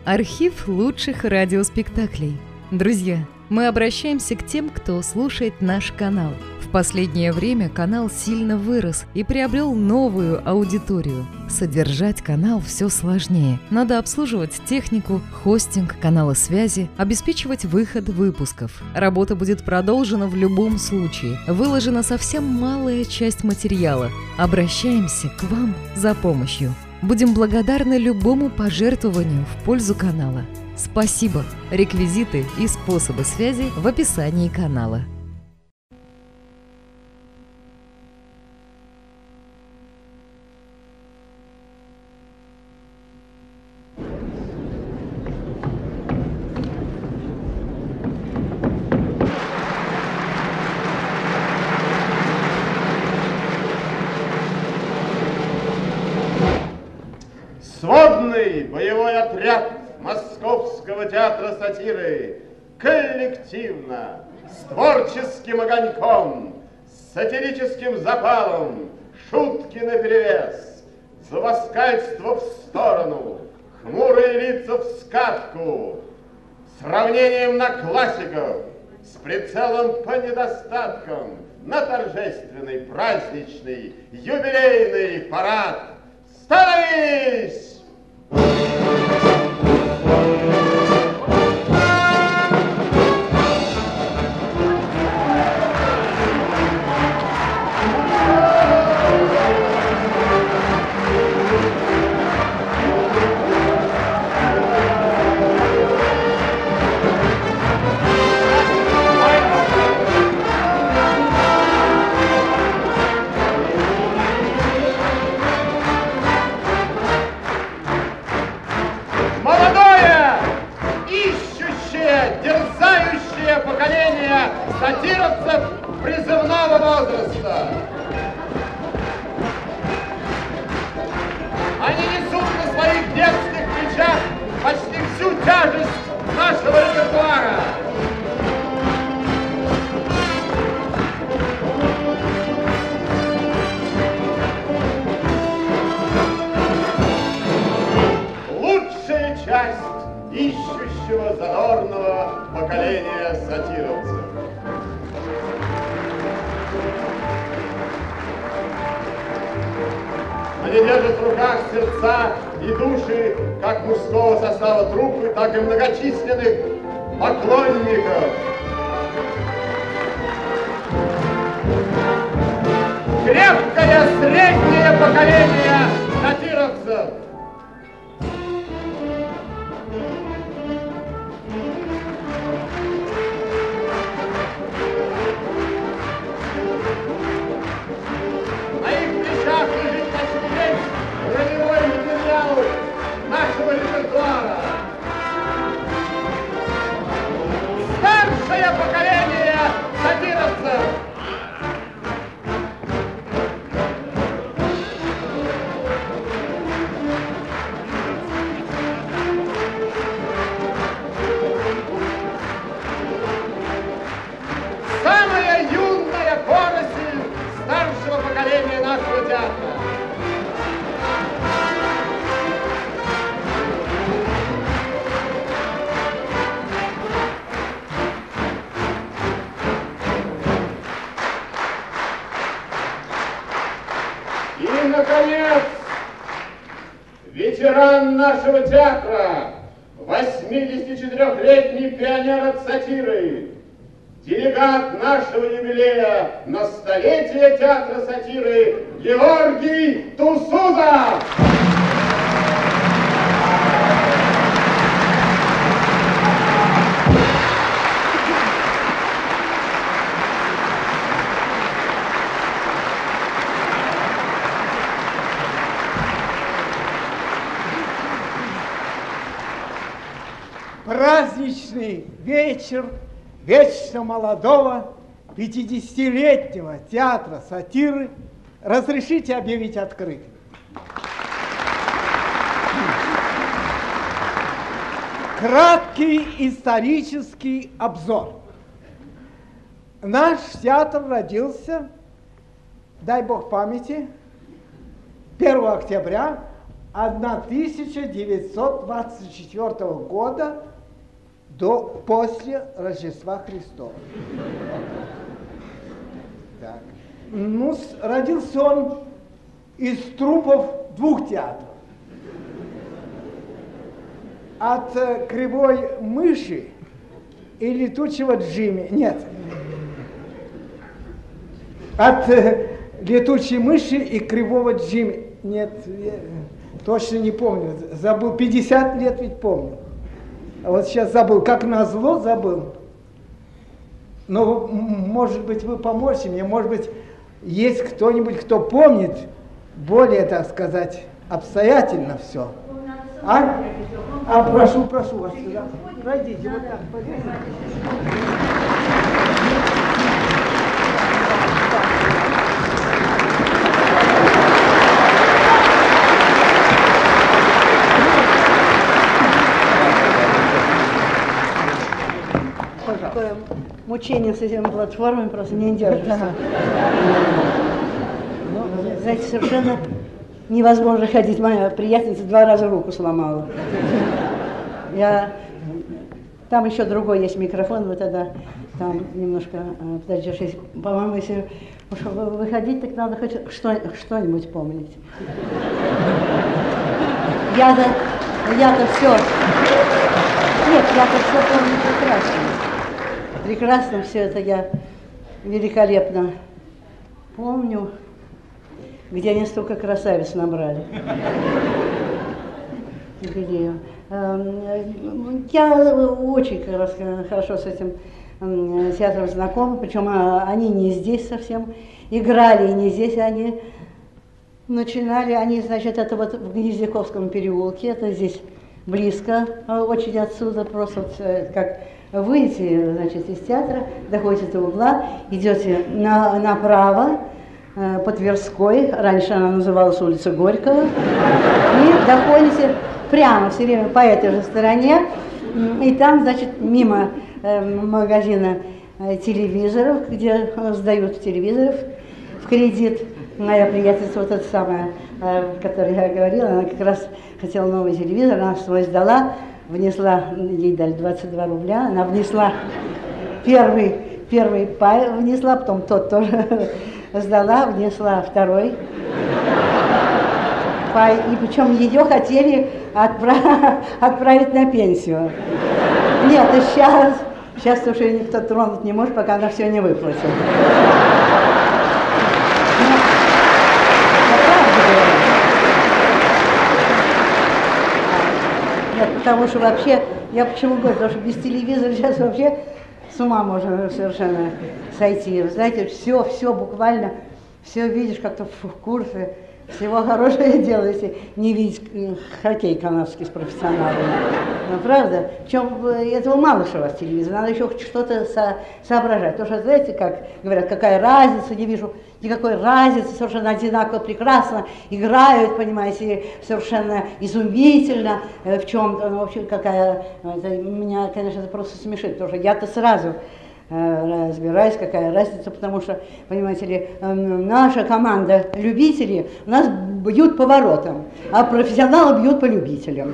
Архив лучших радиоспектаклей. Друзья, мы обращаемся к тем, кто слушает наш канал. В последнее время канал сильно вырос и приобрел новую аудиторию. Содержать канал все сложнее. Надо обслуживать технику, хостинг, каналы связи, обеспечивать выход выпусков. Работа будет продолжена в любом случае. Выложена совсем малая часть материала. Обращаемся к вам за помощью. Будем благодарны любому пожертвованию в пользу канала. Спасибо! Реквизиты и способы связи в описании канала. Сводный боевой отряд Московского театра сатиры коллективно, с творческим огоньком, с сатирическим запалом, шутки наперевес, зубоскальство в сторону, хмурые лица в скатку, сравнением на классиков, с прицелом по недостаткам, на торжественный, праздничный, юбилейный парад. Становись! Поколение сатировцев призывного возраста. Они несут на своих детских плечах почти всю тяжесть нашего репертуара. Лучшая часть ищущего задорного поколения сатировцев. Они держат в руках сердца и души как мужского состава труппы, так и многочисленных поклонников. Крепкое среднее поколение сатировцев. Нашего репертуара. Старшее поколение сатировцев. Самая юная поросль старшего поколения нашего театра. И, наконец, ветеран нашего театра, 84-летний пионер от сатиры, делегат нашего юбилея на столетие театра сатиры Георгий Тусузов. Праздничный вечер вечно молодого 50-летнего театра сатиры разрешите объявить открытым. Краткий исторический обзор. Наш театр родился, дай бог памяти, 1 октября 1924 года после Рождества Христова. Так. Ну, родился он из трупов двух театров. От кривой мыши и летучего Джимми. Нет. От летучей мыши и кривого Джимми. Нет, я точно не помню. Забыл. 50 лет ведь помню. А вот сейчас забыл. Как назло забыл. Но, может быть, вы поможете мне. Может быть, есть кто-нибудь, кто помнит более, так сказать, обстоятельно все. Прошу вас сюда. Пройдите, вот так, подойдите. Такое мучение с этими платформами просто не держится. Знаете, совершенно невозможно ходить. Моя приятельница 2 раза руку сломала. Там еще другой есть микрофон, вы тогда там немножко подождешь. По-моему, если выходить, так надо хоть что-нибудь помнить. Я-то все. Нет, я-то все помню прекрасно. Прекрасно все это я великолепно помню, где они столько красавиц набрали. Я очень хорошо с этим театром знакома, причем они не здесь совсем играли, и не здесь они начинали. Они, значит, это вот в Гнездяковском переулке, это здесь близко очень отсюда, просто вот, как выйдете, значит, из театра, доходите до угла, идете направо, по Тверской, раньше она называлась улица Горького, и доходите прямо все время по этой же стороне, и там, значит, мимо магазина телевизоров, где сдают телевизоров в кредит. Моя приятельница, вот эта самая, о которой я говорила, она как раз хотела новый телевизор, она свой сдала, внесла, ей дали 22 рубля, она внесла первый пай, внесла, потом тот тоже сдала, внесла второй пай, и причем ее хотели отправить на пенсию. Нет, сейчас уже никто тронуть не может, пока она все не выплатит. Нет, потому что вообще, я почему говорю, потому что без телевизора сейчас вообще с ума можно совершенно сойти. Вы знаете, все буквально, все видишь как-то в курсе, всего хорошее дело, если не видеть хоккей канадский с профессионалами. Ну, правда? Причем этого мало, что у вас телевизор, надо еще что-то соображать. Потому что, знаете, как говорят, какая разница, не вижу никакой разницы, совершенно одинаково прекрасно играют, понимаете, совершенно изумительно в чем-то. Ну, в общем, меня, конечно, это просто смешит, потому что я-то сразу разбираюсь, какая разница, потому что, понимаете ли, наша команда любителей у нас бьют по воротам, а профессионалы бьют по любителям.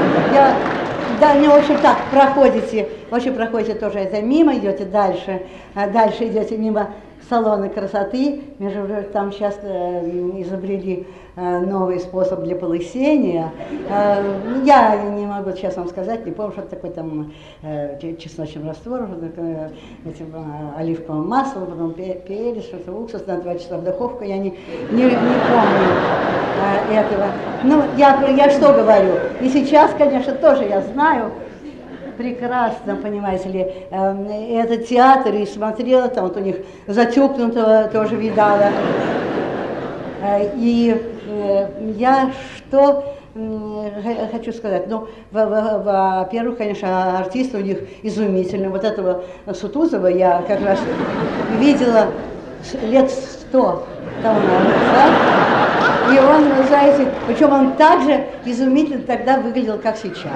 В общем, так, проходите тоже это мимо, идете дальше идете мимо салона красоты, там сейчас изобрели новый способ для полысения. Я не могу сейчас вам сказать, не помню, что это такое там чесночный раствор, этим оливковым маслом, потом перец, что-то уксус на 2 часа в духовку, я не помню этого. Ну, я что говорю, и сейчас, конечно, тоже я знаю, прекрасно, понимаете ли, этот театр, и смотрела, там вот у них Затюкнутого тоже видала. И я что хочу сказать, ну, во-первых, конечно, артисты у них изумительные. Вот этого Сутузова я как раз видела лет 100 тому назад. И он, знаете, причем он также изумительно тогда выглядел, как сейчас.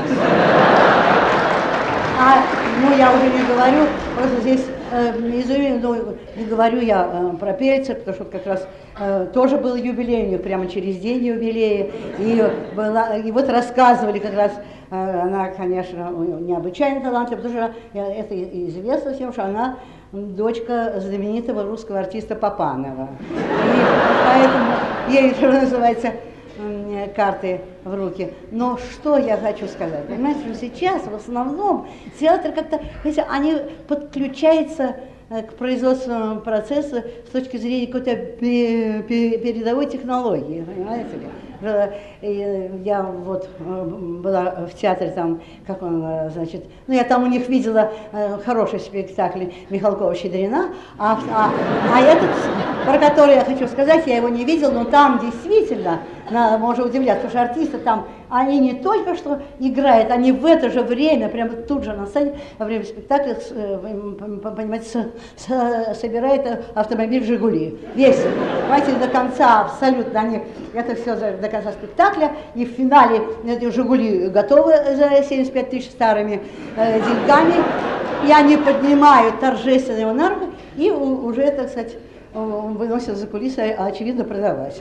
Я уже не говорю, просто здесь не говорю я про Пельцер, потому что как раз тоже был юбилей у них, прямо через день юбилея. И вот рассказывали как раз, она, конечно, необычайно талантлива, потому что это известно всем, что она дочка знаменитого русского артиста Папанова. И поэтому ей, что называется, карты в руки. Но что я хочу сказать? Понимаете, что сейчас в основном театр как-то, они подключаются к производственному процессу с точки зрения какой-то передовой технологии, понимаете ли? Я вот была в театре, там, как он, значит, ну я там у них видела хороший спектакль Михалкова-Щедрина, а этот, про который я хочу сказать, я его не видела, но там действительно, можно удивляться, потому что артисты там, они не только что играют, они в это же время, прямо тут же на сцене, во время спектакля, понимаете, собирают автомобиль «Жигули». Весь, понимаете, до конца абсолютно, они это все до конца спектакля, и в финале эти «Жигули» готовы за 75 тысяч старыми деньгами, и они поднимают торжественно его на руку, и уже, так сказать, выносят за кулисы, очевидно, продавать.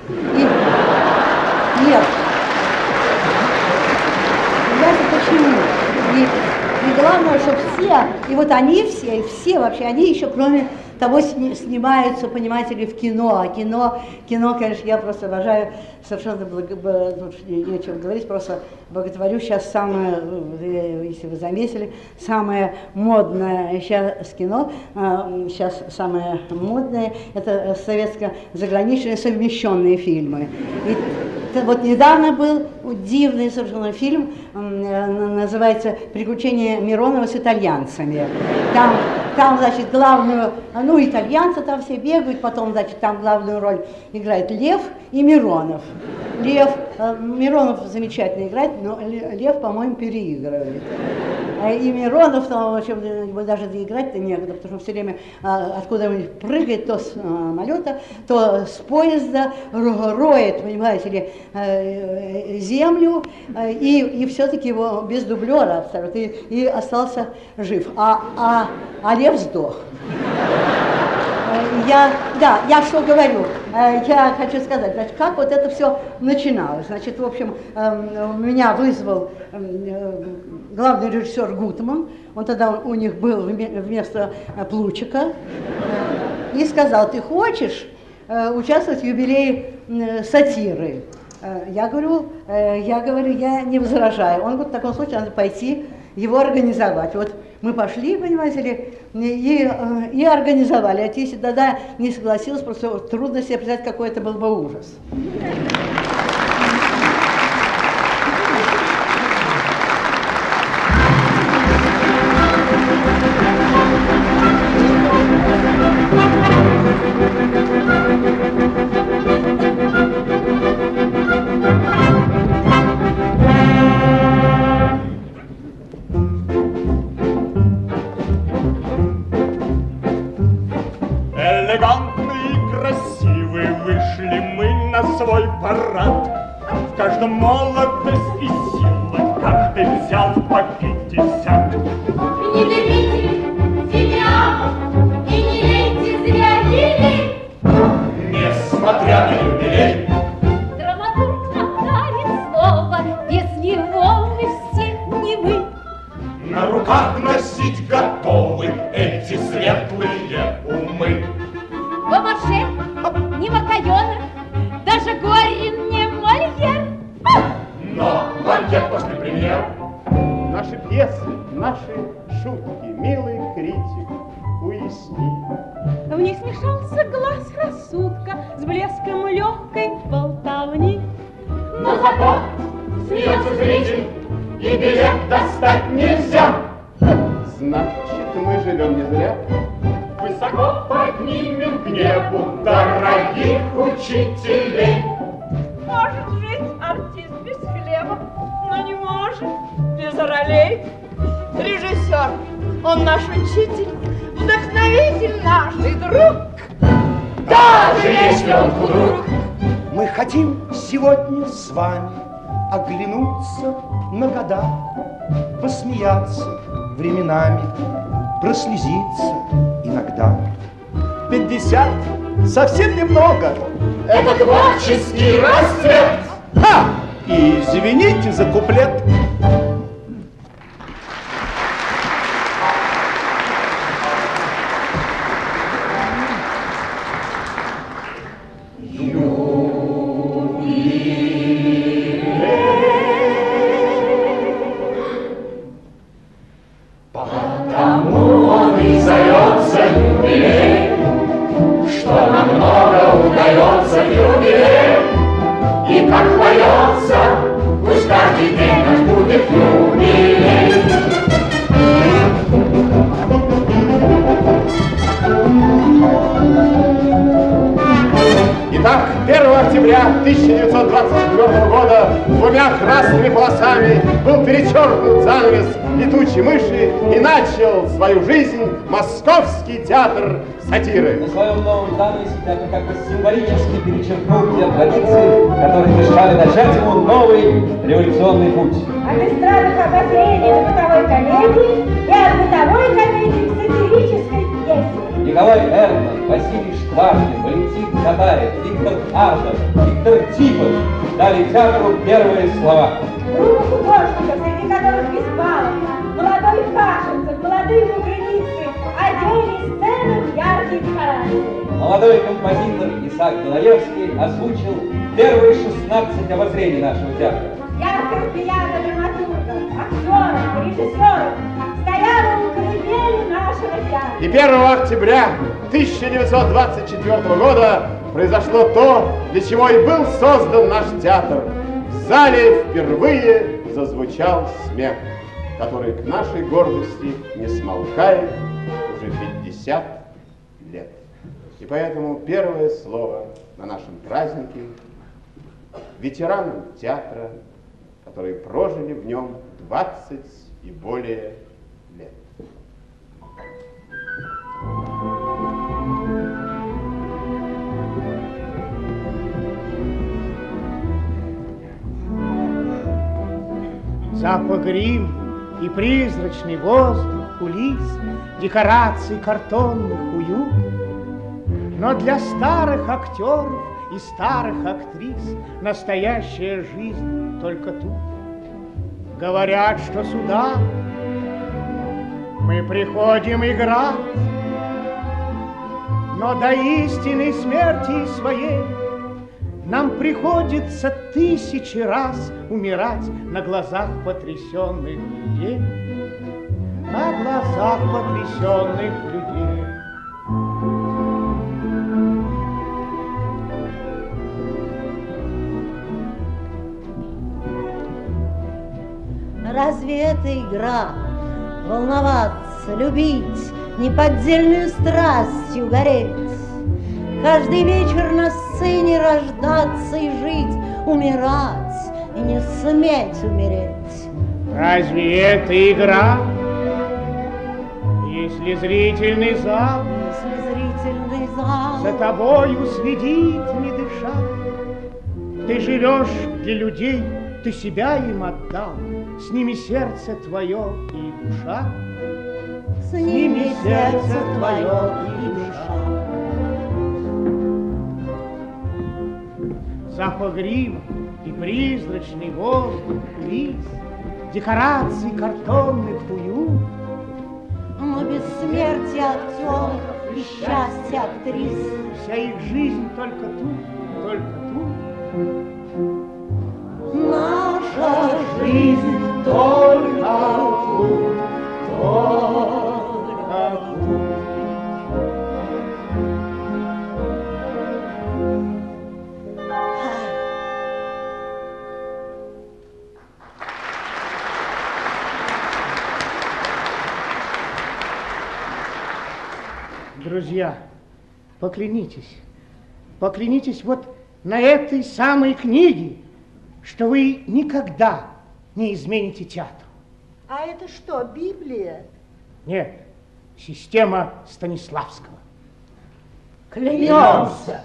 Нет. Понимаете, почему? И главное, что все, и вот они все вообще, они еще, кроме того, снимаются, понимаете ли, в кино. А кино, конечно, я просто обожаю, совершенно тут нечего говорить, просто боготворю. Сейчас самое, если вы заметили, самое модное сейчас кино, сейчас самое модное, это советско-заграничные совмещенные фильмы. И вот недавно был дивный совершенно фильм, называется «Приключения Миронова с итальянцами». Там, значит, главную, ну, итальянцы там все бегают, потом, значит, там главную роль играет Лев и Миронов. Миронов замечательно играет, но Лев, по-моему, переигрывает. И Миронов, там, в общем, его даже доиграть-то некогда, потому что все время откуда-нибудь прыгает, то с самолета, то с поезда, роет, понимаете ли, землю, и все-таки его без дублера абсолютно, и остался жив. А Лев сдох. Я что говорю? Я хочу сказать, значит, как вот это все начиналось. Значит, в общем, меня вызвал главный режиссер Гутман, он тогда у них был вместо Плучика, и сказал: ты хочешь участвовать в юбилее сатиры? Я говорю, я не возражаю. Он говорит, в таком случае надо пойти его организовать. Вот мы пошли, понимаете ли, и организовали. А если тогда не согласилась, просто трудно себе представить, какой это был бы ужас. Свой парад. В каждом молодость и сила, каждый взял по 50. Не дымите себя и не лейте зря елей. Несмотря на юбилей, драматург надарит слово, без него мы все не мы. на руках носить готовы эти светлые умы. Бомарше, не Макайона, даже Горин не Мольер. Но банкет после премьер. Наши пьесы, наши шутки, милый критик, уясни. В них смешался глаз рассудка с блеском легкой болтовни. Но зато смеется зритель, и билет достать нельзя. Значит, мы живем не зря. Высоко поднимем к небу дорогих учителей. Может жить артист без хлеба, но не может без ролей. Режиссер, он наш учитель, вдохновитель наш и друг. Даже если он худрук. Мы хотим сегодня с вами оглянуться на года, посмеяться временами, прослезиться иногда. 50. Совсем немного. Это творческий расцвет. Ха! И извините за куплет. Потому он и зовется юбилей, что намного удается юбилей. И как поется, пусть каждый день наш будет юбилей. Итак, 1 октября 1924 года двумя красными полосами был перечеркнут занавес «Летучей мыши» и начал свою жизнь Московский театр сатиры. На своем новом занавесе театр как бы символически перечеркнул те традиции, которые мешали начать ему новый революционный путь. От эстрадных обозрений до бытовой комедии и от бытовой комедии к сатирической пьесе. Николай Эрнман, Василий Шкваркин, Валентин Катаев, Виктор Ардов, Виктор Типов дали театру первые слова. Группа художников, среди которых Беспалов, молодой Кашинцев, молодые бугреницы, одели сцену в яркие декорации. Молодой композитор Исаак Белоевский озвучил первые 16 обозрений нашего театра. Яркая пьяна драматургов, актеров, режиссеров стояла у колыбели нашего театра. И 1 октября 1924 года произошло то, для чего и был создан наш театр. В зале впервые зазвучал смех, который к нашей гордости не смолкает уже 50 лет. И поэтому первое слово на нашем празднике ветеранам театра, которые прожили в нем 20 и более лет. Запах грим и призрачный воздух, кулис, декораций картонных уют. Но для старых актеров и старых актрис настоящая жизнь только тут. Говорят, что сюда мы приходим играть, но до истинной смерти своей нам приходится 1000 раз умирать на глазах потрясенных людей. На глазах потрясенных людей. Разве это игра? Волноваться, любить, неподдельную страстью гореть. Каждый вечер на сцене рождаться и жить, умирать и не суметь умереть. Разве это игра? Если зрительный зал, за тобою следит, не дыша, ты живешь для людей, ты себя им отдал, с ними сердце твое и душа. С ними сердце твое и душа. Запах грима и призрачный воздух, лис, декораций картонных уют. Но бессмертие актеров и счастье актрис. Вся их жизнь только тут, только тут. Наша жизнь только тут, только тут. Друзья, поклянитесь вот на этой самой книге, что вы никогда не измените театру. А это что, Библия? Нет, система Станиславского. Клянемся.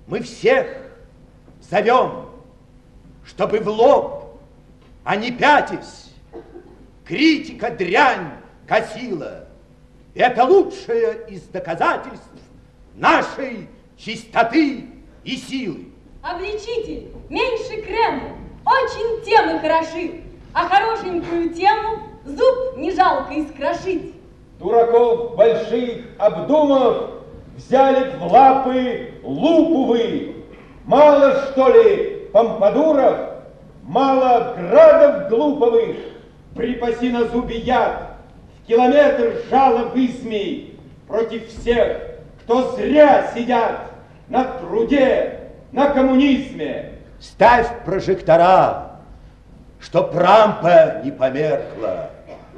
мы всех зовем, чтобы в лоб, а не пятясь, критика дрянь косила. Это лучшее из доказательств нашей чистоты и силы. Обличитель, меньше крема, очень темы хороши, а хорошенькую тему зуб не жалко искрошить. Дураков больших обдумав, взяли в лапы лупу вы. Мало, что ли, помпадуров, мало градов глуповых. Припаси на зубе яд, в километр жало высмей против всех, кто зря сидят на труде, на коммунизме. Ставь прожектора, чтоб рампа не померкла.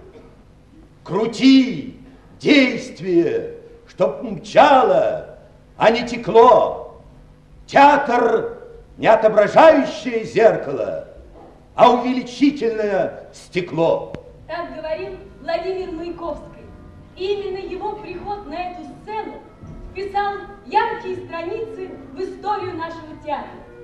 Крути действие, чтоб мчало, а не текло. Театр не отображающее зеркало, а увеличительное стекло. Так говорил Владимир Маяковский. Именно его приход на эту сцену вписал яркие страницы в историю нашего театра.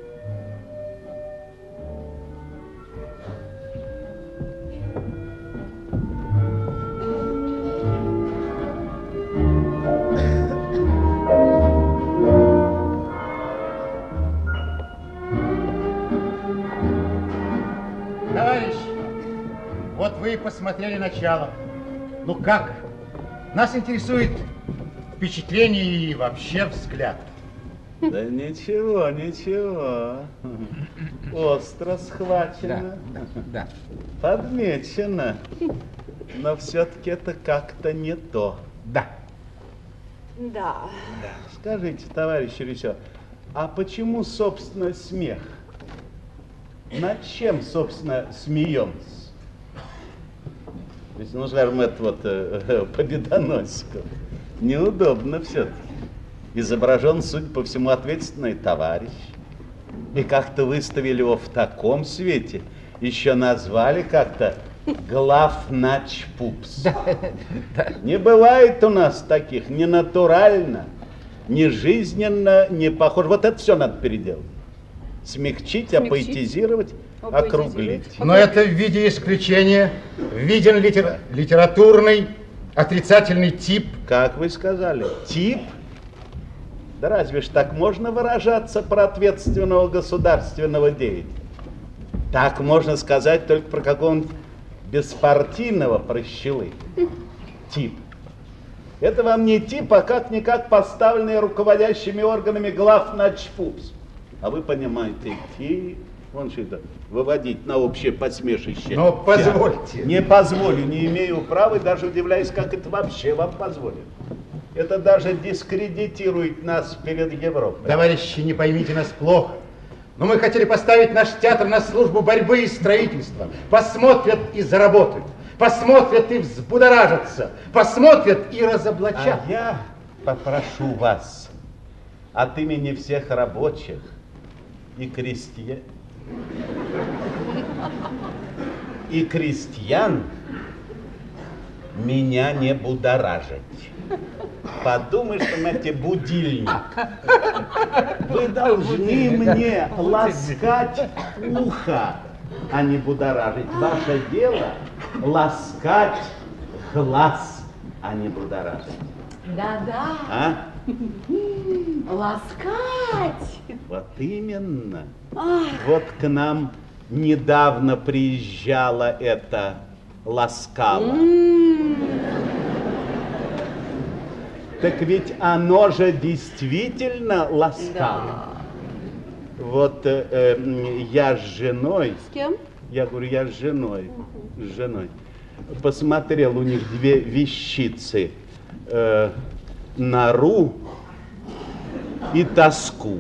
Товарищи, вот вы и посмотрели начало. Ну как? Нас интересует впечатление и вообще взгляд. Да ничего, ничего. Остро схвачено. Да. Подмечено. Но все-таки это как-то не то. Да. Да. Скажите, товарищ режиссер, а почему, собственно, смех? Над чем, собственно, смеемся? Если, ну, скажем, это вот Победоносиков. Неудобно все-таки. Изображен, судя по всему, ответственный товарищ. И как-то выставили его в таком свете. Еще назвали как-то главначпупс. Не бывает у нас таких. Не натурально, не жизненно, не похоже. Вот это все надо переделать. Смягчить, апоэтизировать, округлить. Но это в виде исключения. Виден литературный отрицательный тип. Как вы сказали, тип? Да разве ж так можно выражаться про ответственного государственного деятеля? Так можно сказать только про какого-нибудь беспартийного прощелыга. Тип. Это вам не тип, а как-никак поставленный руководящими органами главначпупс. А вы понимаете, тип, вон что это, выводить на общее посмешище. Но позвольте. Не позволю, не имею права, и даже удивляюсь, как это вообще вам позволит. Это даже дискредитирует нас перед Европой. Товарищи, не поймите нас плохо. Но мы хотели поставить наш театр на службу борьбы и строительства. Посмотрят и заработают. Посмотрят и взбудоражатся. Посмотрят и разоблачат. А я попрошу вас от имени всех рабочих и крестьян меня не будоражить. Подумай, что знаете, будильник. Вы должны мне ласкать ухо, а не будоражить. Ваше дело ласкать глаз, а не будоражить. Да-да. А? Ласкать. Вот именно. Ах. Вот к нам недавно приезжала эта ласкала. Так ведь оно же действительно ласкало. Да. Вот я с женой. С кем? Я говорю, я с женой. С женой. Посмотрел у них две вещицы. Нору и тоску.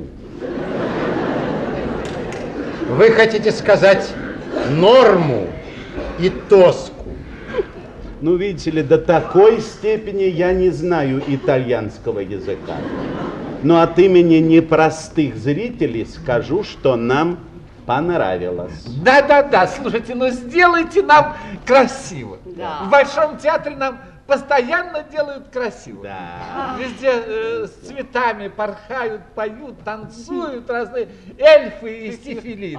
Вы хотите сказать норму и тоску? Ну, видите ли, до такой степени я не знаю итальянского языка. Но от имени непростых зрителей скажу, что нам понравилось. Да-да-да, слушайте, ну сделайте нам красиво. Да. В Большом театре нам постоянно делают красиво. Да. Везде с цветами порхают, поют, танцуют разные эльфы и сифилиды.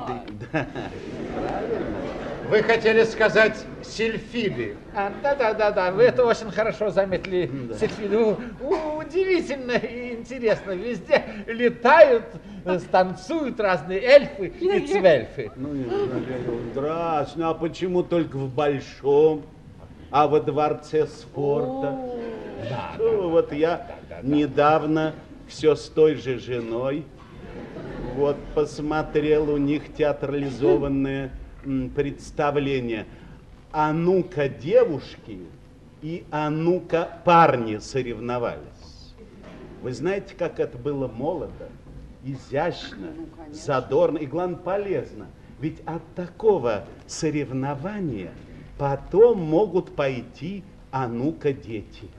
Вы хотели сказать сильфиды. Да, вы это очень хорошо заметили. Сильфиды. Удивительно и интересно. Везде летают, танцуют разные эльфы и цвельфы. Здравствуйте, а почему только в Большом, а во Дворце спорта? Вот я недавно все с той же женой вот посмотрел у них театрализованное представление. А ну-ка девушки и а ну-ка парни соревновались. Вы знаете, как это было молодо, изящно, задорно и, главное, полезно. Ведь от такого соревнования потом могут пойти а ну-ка дети.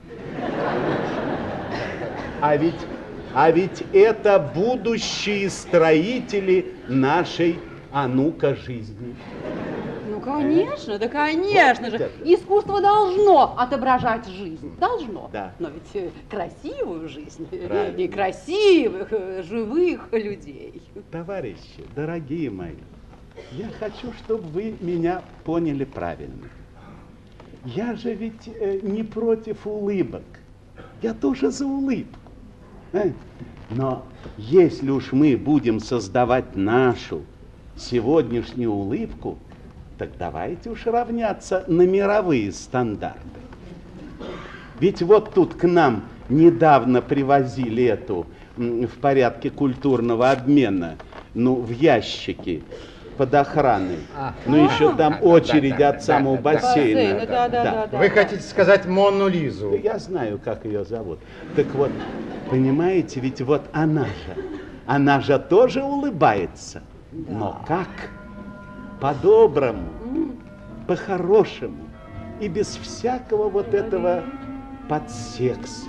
А ведь это будущие строители нашей а ну-ка жизни. Ну, конечно, да, конечно же. Искусство должно отображать жизнь. Должно. Да. Но ведь красивую жизнь. Правильно. И красивых, живых людей. Товарищи, дорогие мои, я хочу, чтобы вы меня поняли правильно. Я же ведь не против улыбок. Я тоже за улыбку. Но если уж мы будем создавать нашу сегодняшнюю улыбку, так давайте уж равняться на мировые стандарты. Ведь вот тут к нам недавно привозили эту в порядке культурного обмена, ну, в ящике под охраной. Ну, еще там очереди от самого бассейна. Да. Вы хотите сказать Мону Лизу? Я знаю, как ее зовут. Так вот, понимаете, ведь вот она же тоже улыбается. Да. Но как? По-доброму, по-хорошему и без всякого вот этого подсекса.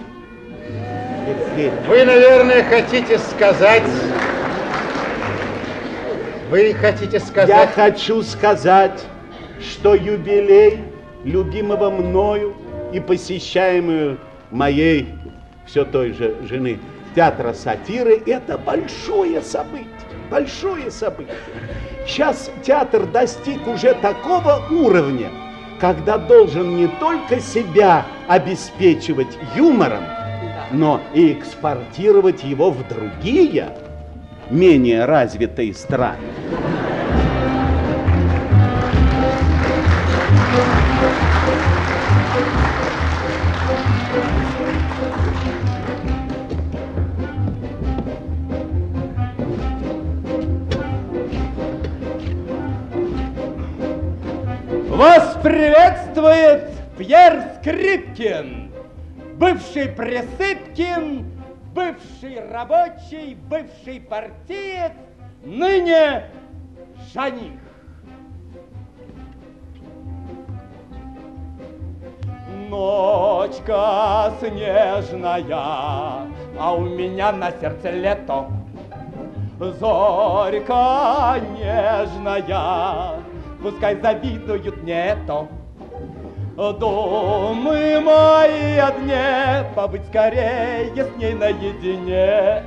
Вы, наверное, хотите сказать... Вы хотите сказать... Я хочу сказать, что юбилей любимого мною и посещаемую моей все той же жены театра сатиры, это большое событие. Большое событие. Сейчас театр достиг уже такого уровня, когда должен не только себя обеспечивать юмором, но и экспортировать его в другие, менее развитые страны. Вас приветствует Пьер Скрипкин, бывший Присыпкин, бывший рабочий, бывший партиец, ныне жених. Ночка снежная, а у меня на сердце лето. Зорька нежная, пускай завидуют мне это. Думы мои одни, побыть скорее с ней наедине.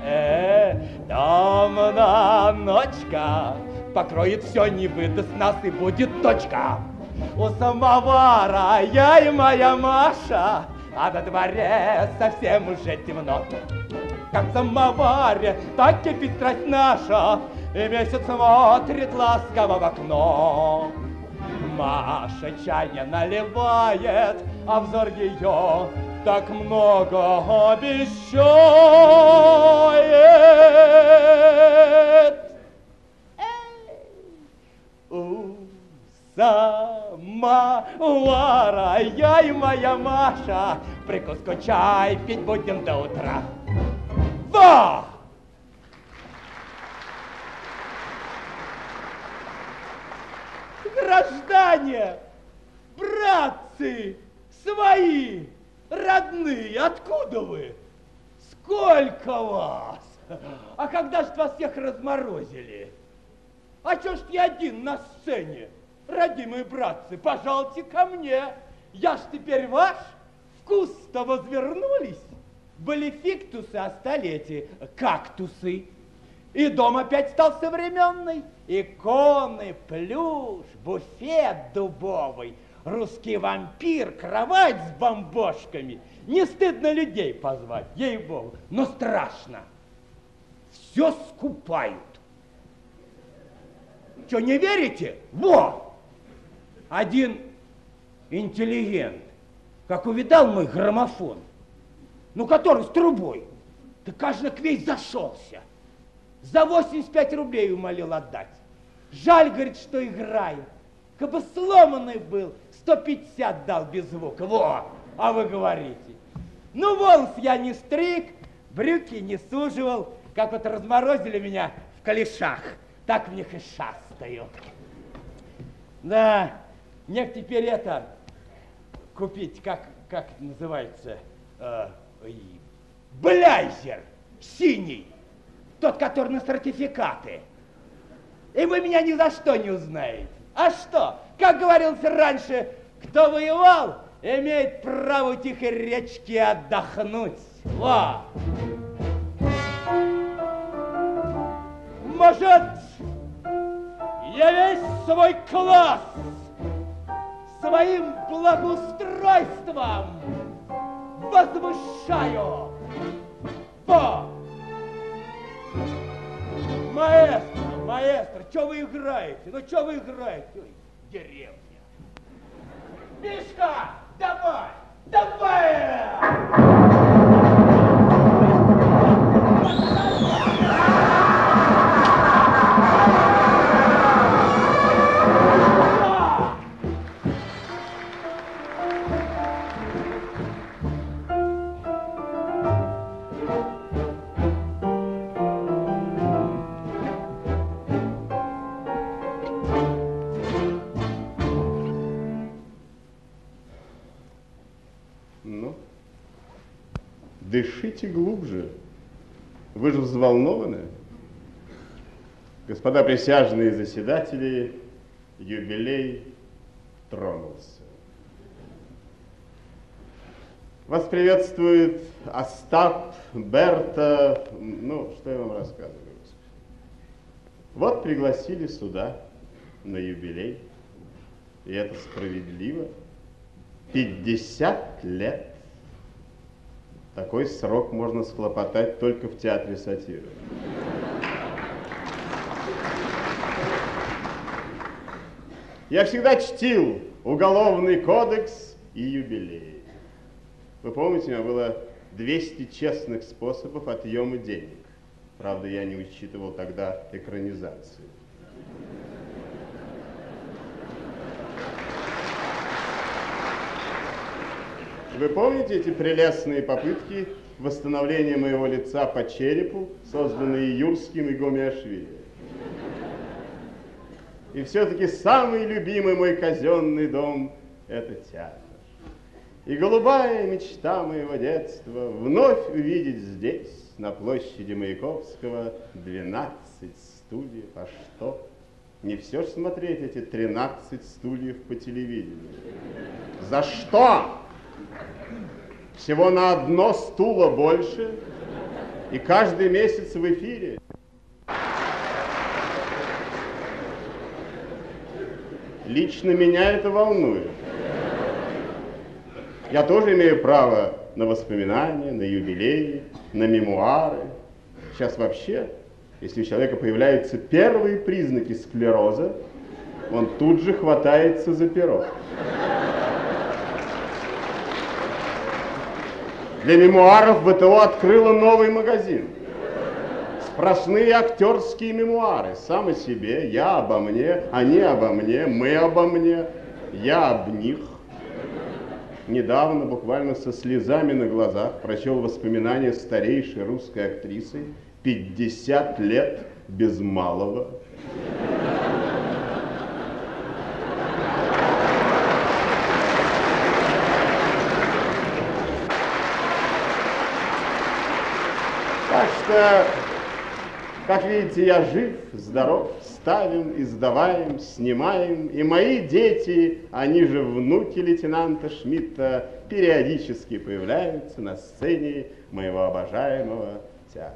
Темная ночка покроет все, не выдаст нас и будет точка. У самовара я и моя Маша, а на дворе совсем уже темно. Как в самоваре, так кипит страсть наша, и месяц смотрит ласково в окно. Маша чай наливает, а взор ее так много обещает. Самовара, я и моя Маша, прикуску чай пить будем до утра. Во! Граждане, братцы, свои, родные, откуда вы? Сколько вас? А когда ж вас всех разморозили? А чё ж ты один на сцене? Родимые братцы, пожалуйте ко мне. Я ж теперь ваш, кусто возвернулись, были фиктусы, а стали эти кактусы. И дом опять стал современный. Иконы, плюш, буфет дубовый, русский вампир, кровать с бомбошками. Не стыдно людей позвать, ей-богу, но страшно. Все скупают. Что, не верите? Во! Один интеллигент, как увидал мой граммофон, ну, который с трубой, так, кажется, весь зашелся. За 85 рублей умолил отдать. Жаль, говорит, что играет. Как бы сломанный был, 150 дал без звука. Во! А вы говорите. Ну, волос я не стриг, брюки не суживал, как вот разморозили меня в калешах, так в них и шастаю. Да, мне теперь это купить, как это называется, бляйзер синий, тот, который на сертификаты. И вы меня ни за что не узнаете. А что? Как говорилось раньше, кто воевал, имеет право у тихой речки отдохнуть. Во! Может, я весь свой класс своим благоустройством возмущаю. Во! Маэстро, что вы играете? Ну, что вы играете? Ой, деревня. Мишка, давай! Дышите глубже. Вы же взволнованы. Господа присяжные заседатели, юбилей тронулся. Вас приветствует Остап, Берта, ну, что я вам рассказываю. Вот пригласили сюда на юбилей, и это справедливо. 50 лет. Такой срок можно схлопотать только в театре сатиры. Я всегда чтил Уголовный кодекс и юбилей. Вы помните, у меня было 200 честных способов отъема денег. Правда, я не учитывал тогда экранизацию. Вы помните эти прелестные попытки восстановления моего лица по черепу, созданные Юрским и Гомиашвили? И все-таки самый любимый мой казенный дом – это театр. И голубая мечта моего детства вновь увидеть здесь, на площади Маяковского, 12 стульев. А что? Не все ж смотреть эти 13 стульев по телевидению. За что? Всего на одно стула больше, и каждый месяц в эфире. Лично меня это волнует. Я тоже имею право на воспоминания, на юбилеи, на мемуары. Сейчас вообще, если у человека появляются первые признаки склероза, он тут же хватается за перо. Для мемуаров ВТО открыла новый магазин. Сплошные актерские мемуары. Сам о себе, я обо мне, они обо мне, мы обо мне, я об них. Недавно, буквально со слезами на глазах, прочел воспоминания старейшей русской актрисы, 50 лет без малого. Как видите, я жив, здоров, ставим, издаваем, снимаем. И мои дети, они же внуки лейтенанта Шмидта, периодически появляются на сцене моего обожаемого театра.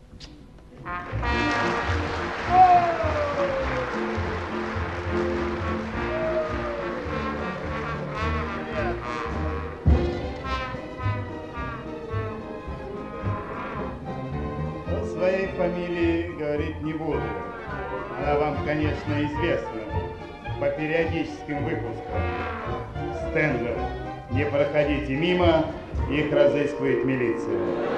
О своей фамилии говорить не буду. Она вам, конечно, известна по периодическим выпускам. Стендов. Не проходите мимо, их разыскивает милиция.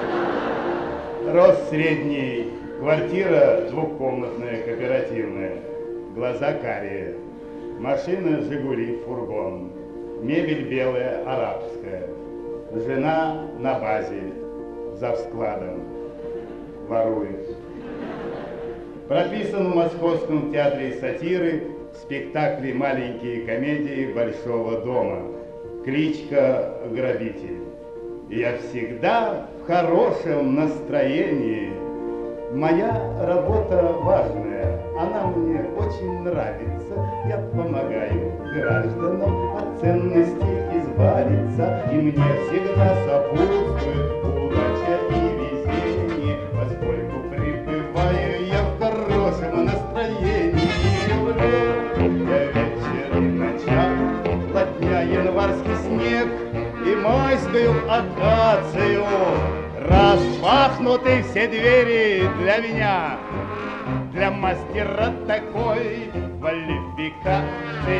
Рост средний, квартира двухкомнатная, кооперативная, глаза карие, машина «Жигули», фургон, мебель белая, арабская, жена на базе, за складом, ворует. Прописан в Московском театре сатиры в спектакле «Маленькие комедии Большого дома». Кличка «Грабитель». Я всегда в хорошем настроении. Моя работа важная, она мне очень нравится. Я помогаю гражданам от ценностей избавиться. И мне всегда сопутствует удача и везение, поскольку пребываю я в хорошем настроении. Я вечер и ночах, плотня январский снег и майскую акацию. Распахнуты все двери для меня, для мастера такой квалификации.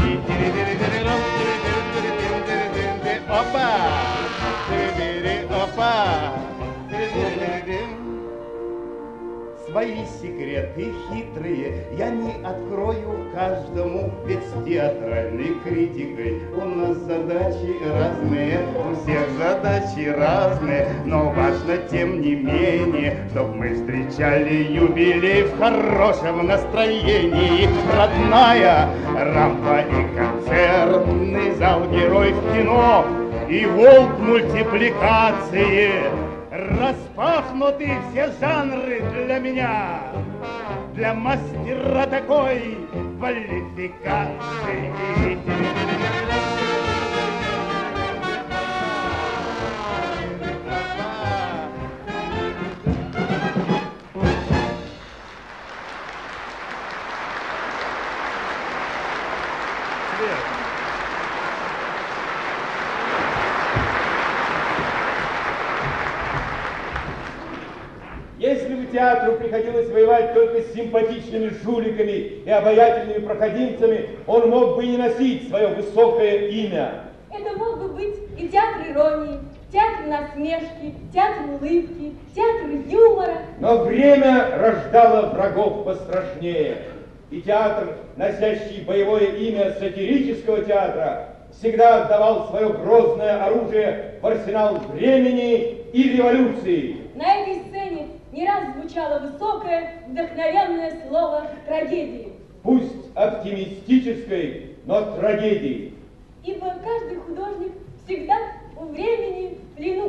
Опа! Опа! Свои секреты хитрые я не открою каждому, ведь с театральной критикой у нас задачи разные, у всех задачи разные, но важно тем не менее, чтоб мы встречали юбилей в хорошем настроении. Родная рампа и концертный зал, герой в кино и волк мультипликации. Распахнуты все жанры для меня, для мастера такой квалификации. Если бы театру приходилось воевать только с симпатичными жуликами и обаятельными проходимцами, он мог бы не носить свое высокое имя. Это мог бы быть и театр иронии, театр насмешки, театр улыбки, театр юмора. Но время рождало врагов пострашнее. И театр, носящий боевое имя сатирического театра, всегда отдавал свое грозное оружие в арсенал времени и революции. На этой сцене не раз звучало высокое, вдохновенное слово «трагедии». Пусть оптимистической, но трагедии. Ибо каждый художник всегда у времени в плену.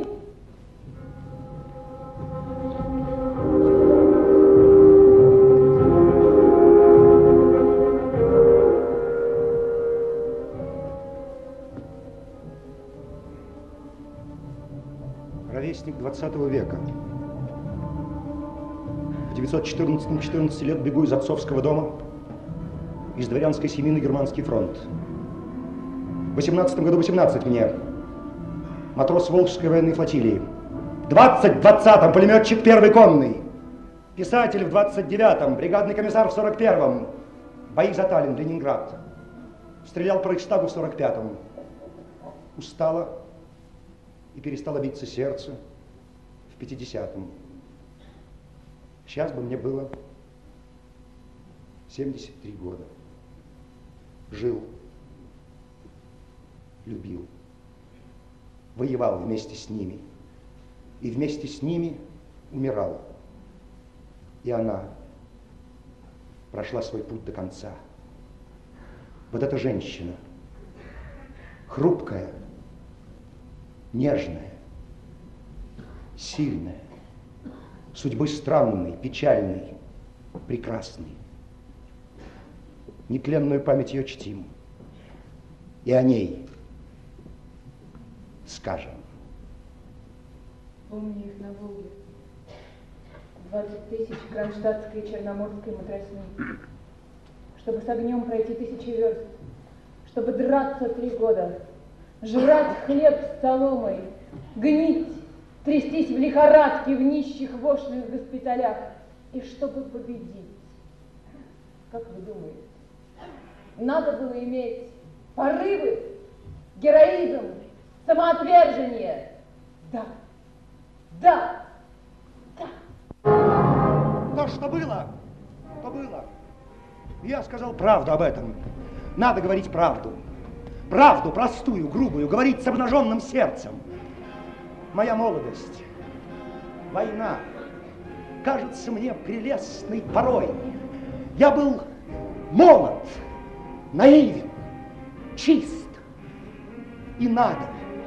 Ровесник 20 века. В 914 лет бегу из отцовского дома, из дворянской семьи на германский фронт. В 18 году 18 мне. Матрос Волжской военной флотилии. В 20-м пулеметчик первый конный. Писатель в 29-м, бригадный комиссар в 41-м. Бои за Таллин, Ленинград. Стрелял по Рейхстагу в 45-м. Устала и перестало биться сердце в 50-м. Сейчас бы мне было 73 года. Жил, любил, воевал вместе с ними. И вместе с ними умирал. И она прошла свой путь до конца. Вот эта женщина, хрупкая, нежная, сильная, судьбы странной, печальной, прекрасный. Нетленную память ее чтим. И о ней скажем. Помню их на Волге. 20 тысяч кронштадтской и черноморской матросни. Чтобы с огнем пройти 1000 верст. Чтобы драться 3 года. Жрать хлеб с соломой. Гнить. Трястись в лихорадке в нищих вошных госпиталях. И чтобы победить. Как вы думаете? Надо было иметь порывы, героизм, самоотвержение. Да. Да. То, что было, то было. Я сказал правду об этом. Надо говорить правду. Правду, простую, грубую, говорить с обнаженным сердцем. Моя молодость, война, кажется мне прелестной порой. Я был молод, наивен, чист. И надо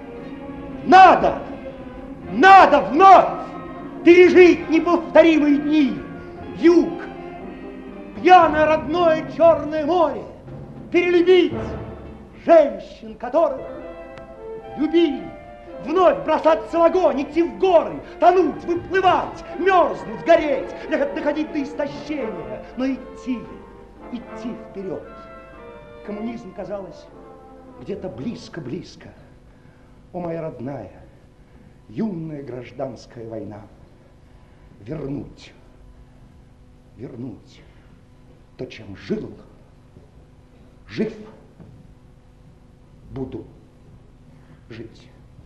вновь пережить неповторимые дни. Юг, пьяное родное Черное море, перелюбить женщин, которых любили, вновь бросаться в огонь, идти в горы, тонуть, выплывать, мерзнуть, гореть, доходить до истощения, но идти вперед. Коммунизм, казалось, где-то близко-близко. О, моя родная, юная гражданская война, вернуть то, чем жил, жив, буду жить.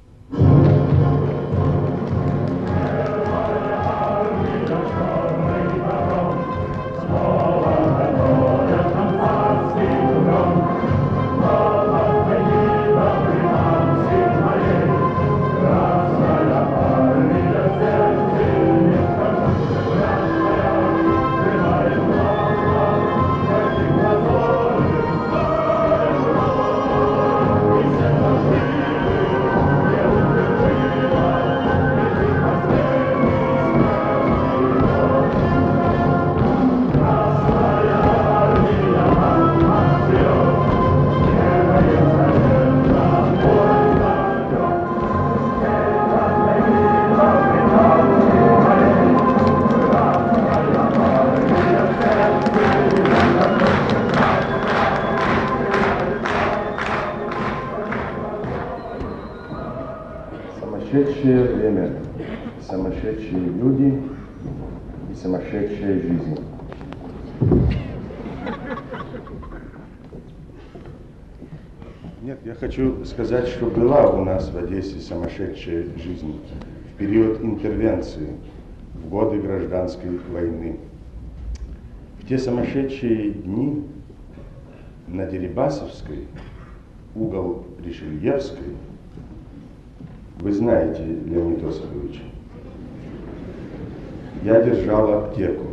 Сумасшедшее время, сумасшедшие люди и сумасшедшая жизнь. Нет, я хочу сказать, что была у нас в Одессе сумасшедшая жизнь в период интервенции, в годы гражданской войны. В те сумасшедшие дни на Дерибасовской, угол Ришельевской, вы знаете, Леонид Осипович, я держал аптеку.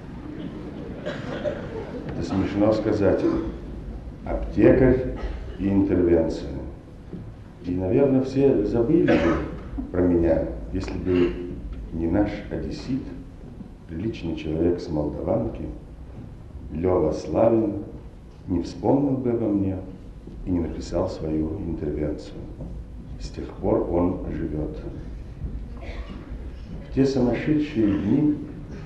Это смешно сказать. Аптекарь и интервенция. И, наверное, все забыли бы про меня, если бы не наш одессит, приличный человек с Молдаванки, Лёва Славин, не вспомнил бы обо мне и не написал свою интервенцию. С тех пор он живет. В те сумасшедшие дни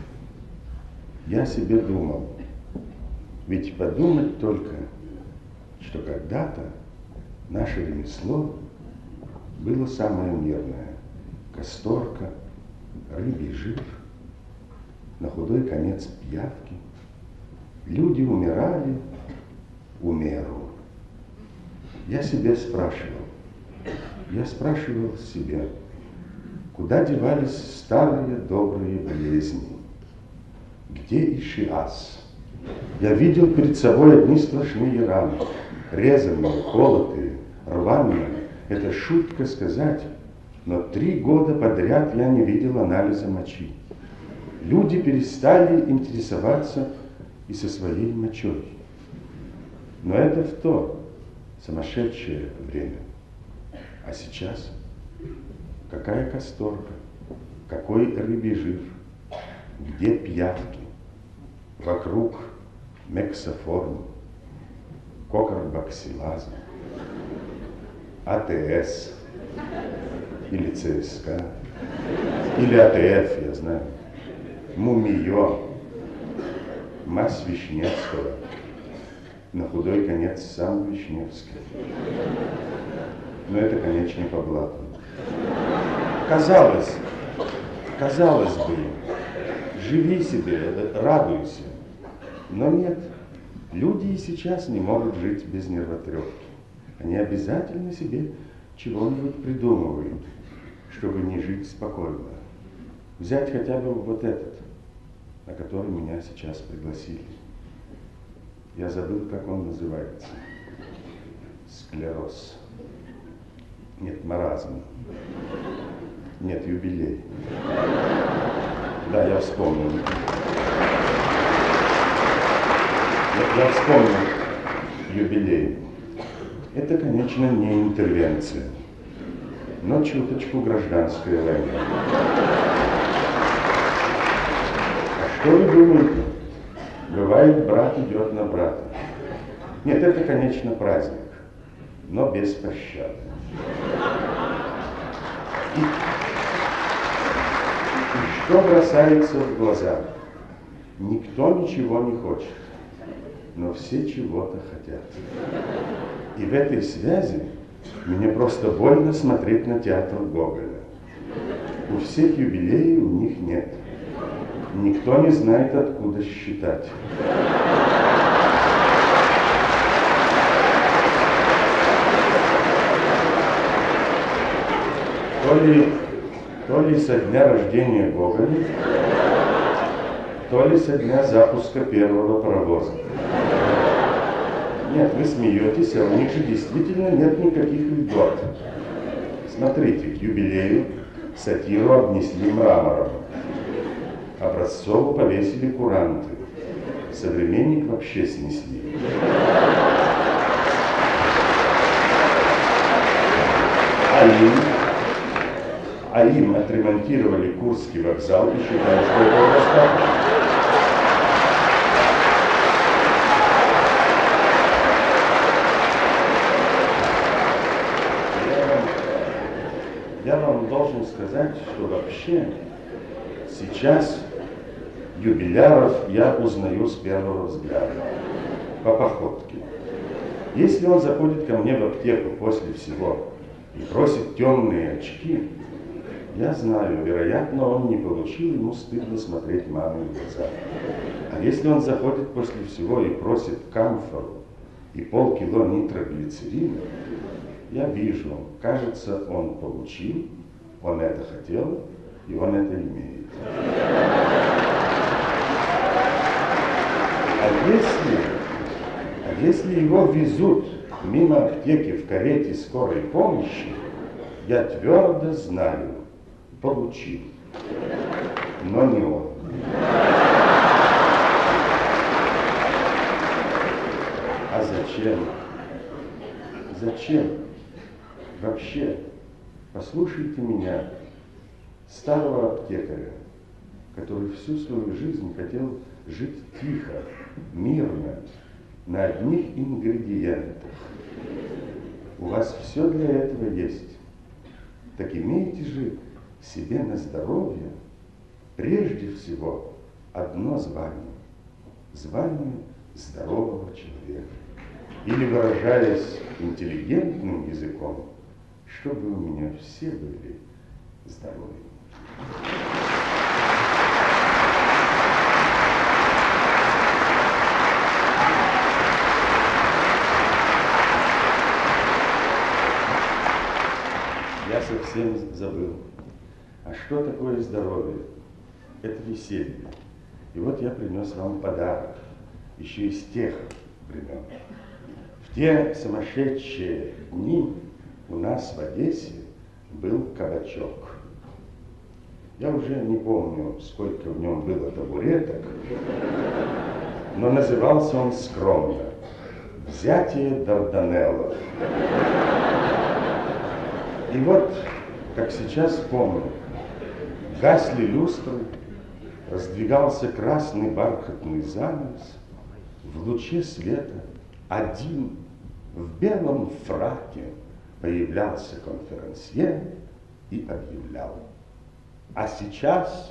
я себе думал, ведь подумать только, что когда-то наше ремесло было самое мирное. Касторка, рыбий жир, на худой конец пиявки. Люди умирали в меру. Я себя спрашивал, себя, куда девались старые добрые болезни? Где Ишиас? Я видел перед собой одни сплошные раны, резанные, колотые, рваные. Это шутка сказать, но 3 года подряд я не видел анализа мочи. Люди перестали интересоваться и со своей мочой. Но это в то сумасшедшее время. А сейчас какая касторка, какой рыбий жир, где пиявки? Вокруг мексоформ, кокарбоксилаза, АТС или ЦСКА, или АТФ, я знаю, Мумиё, мазь Вишневского, на худой конец сам Вишневский. Но это, конечно, по блату. Казалось бы, живи себе, радуйся. Но нет, люди и сейчас не могут жить без нервотрепки. Они обязательно себе чего-нибудь придумывают, чтобы не жить спокойно. Взять хотя бы вот этот, на который меня сейчас пригласили. Я забыл, как он называется. Склероз. Нет, маразм. Нет, юбилей. Да, я вспомнил. Я вспомнил юбилей. Это, конечно, не интервенция, но чуточку гражданская война. А что вы думаете? Бывает, брат идет на брата. Нет, это, конечно, праздник, но без пощады. И что бросается в глаза? Никто ничего не хочет, но все чего-то хотят. И в этой связи мне просто больно смотреть на театр Гоголя. У всех юбилеев у них нет. Никто не знает, откуда считать. То ли со дня рождения Гоголя, то ли со дня запуска первого паровоза. Нет, вы смеетесь, а у них же действительно нет никаких льгот. Смотрите, к юбилею сатиру обнесли мрамором. Образцову повесили куранты. Современник вообще снесли. А им отремонтировали Курский вокзал и считают, что этого достаточно. Я вам должен сказать, что вообще сейчас юбиляров я узнаю с первого взгляда, по походке. Если он заходит ко мне в аптеку после всего и просит темные очки, я знаю, вероятно, он не получил, ему стыдно смотреть маме в глаза. А если он заходит после всего и просит камфору и полкило нитроглицерина, я вижу, кажется, он получил, он это хотел, и он это имеет. А если его везут мимо аптеки в карете скорой помощи, я твердо знаю, получил, но не он. А зачем? Зачем? Вообще, послушайте меня, старого аптекаря, который всю свою жизнь хотел жить тихо, мирно, на одних ингредиентах. У вас все для этого есть. Так имейте же себе на здоровье прежде всего одно звание. Звание здорового человека. Или, выражаясь интеллигентным языком, чтобы у меня все были здоровы. Я совсем забыл. А что такое здоровье? Это веселье. И вот я принес вам подарок, еще из тех времен. В те сумасшедшие дни у нас в Одессе был кабачок. Я уже не помню, сколько в нем было табуреток, но назывался он скромно «Взятие Дарданеллов». И вот, как сейчас помню, гасли люстры, раздвигался красный бархатный занавес, в луче света один в белом фраке появлялся конферансье и объявлял: а сейчас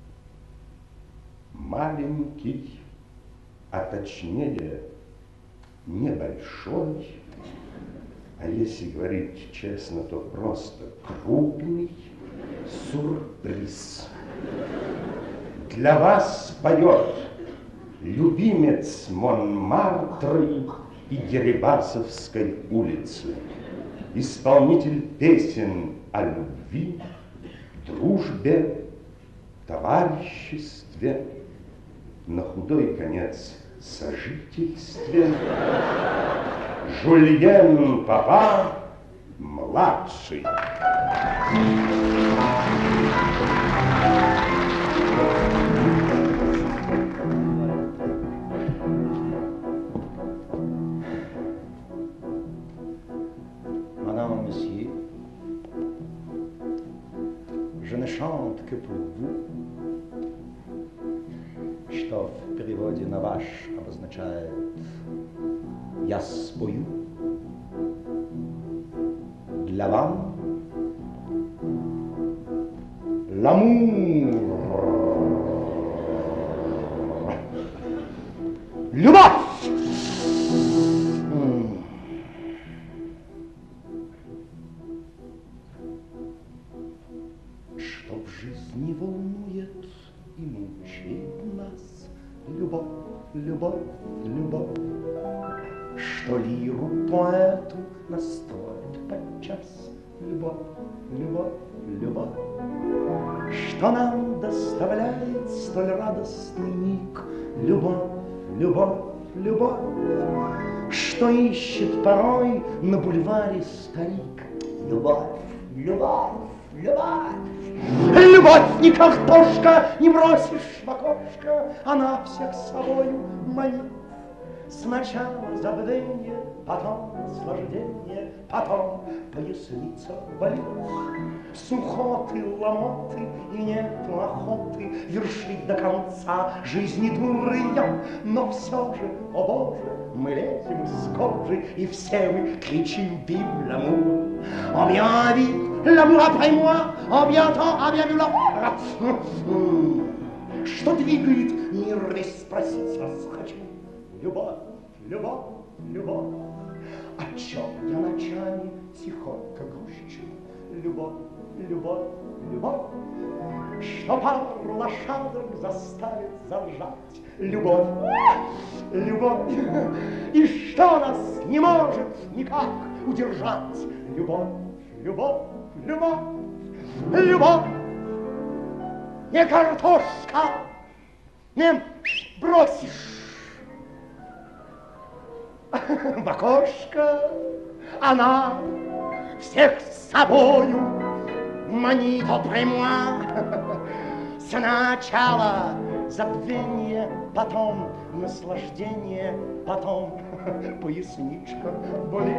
маленький, а точнее небольшой, а если говорить честно, то просто крупный сюрприз. Для вас поет любимец Монмартры и Дерибасовской улицы, исполнитель песен о любви, дружбе, товариществе, на худой конец сожительстве, Жульен Папа младший. Madame, Monsieur, je ne chante que pour vous, что в переводе на ваш обозначает «я спою для вам l'amour, любовь». Что в жизни волнует и мучает нас, любовь, любовь, любовь, что лиру поэту настроит подчас, любовь, любовь, любовь, что нам доставляет столь радостный миг, любовь, любовь, любовь, что ищет порой на бульваре старик, любовь, любовь, любовь. Любовь не картошка, не бросишь в окошко, она всех собою манит. Сначала забвенье, потом наслаждение, потом поясница болит. Сухоты, ломоты, и нету охоты вершить до конца жизни дурья. Но все же, о Боже, мы лезем из кожи, и все мы кричим «Vive l'amour!» On bien vite, l'amour après moi, en bien temps, а bien vu l'amour. Что двигает мир весь, спросить вас хочу. Любовь, любовь, любовь. О чем я ночами тихонько грущу? Любовь, любовь, любовь. Что пару лошадок заставит заржать? Любовь, любовь. И что нас не может никак удержать? Любовь, любовь, любовь, любовь. Не картошка, не бросишь в окошко, она всех с собою манит опрямуа. Сначала забвение, потом наслаждение, потом поясничка болит.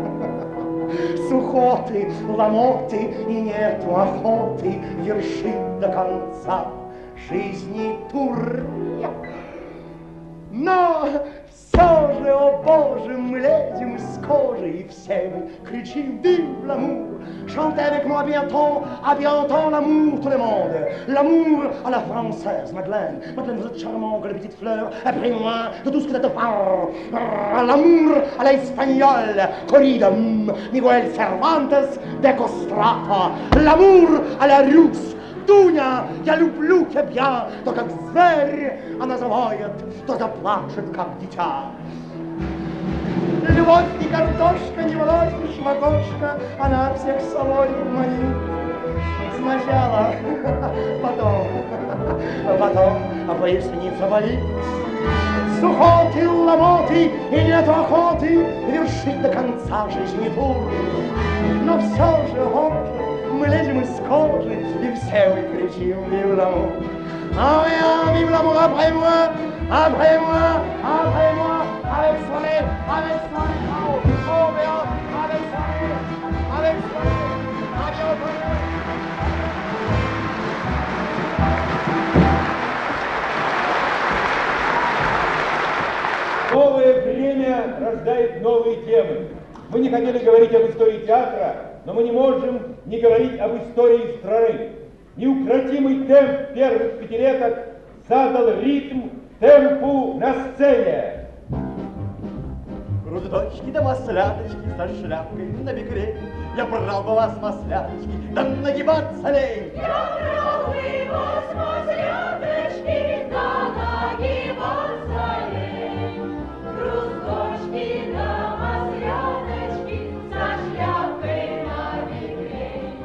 Сухоты, ломоты, и нету охоты вершить до конца жизни тур. Но все же, о Боже, мы лезем из кожи, и все мы кричим «Vive l'amour!» Chantez avec moi bientôt, à bientôt l'amour, tout le monde. L'amour à la française, Madeleine. Madeleine, vous êtes charmante comme les petites fleurs. Apprenez-moi de tout ce que vous êtes fort. L'amour à la espagnole, corrida, Miguel Cervantes de Costrata. L'amour à la russe, Дуня, я люблю тебя, то как зверь она завоет, то заплачет, как дитя. Любовь не картошка, не влазишь в окошко, она всех с собой манит. Сначала, потом, а поясница болит. Сухоты, ломоты, и нет охоты вершить до конца жизни тур. Но все же, мы лезем из кожи, и все мы кричим «Vive l'amour!» Ah bien, vive l'amour après moi, après moi, après moi, avec soleil, oh bien, avec soleil, à bientôt. рождает новые темы. Мы не хотели говорить об истории театра, но мы не можем не говорить об истории страны. Неукротимый темп первых пятилеток задал ритм темпу на сцене. Грудочки да масляточки со шляпкой на бекрень. Я брал бы вас, масляточки, да нагибаться лень. Я брал бы вас, масляточки, да нагибаться лень. Грудочки да масляточки со шляпкой на бекрень.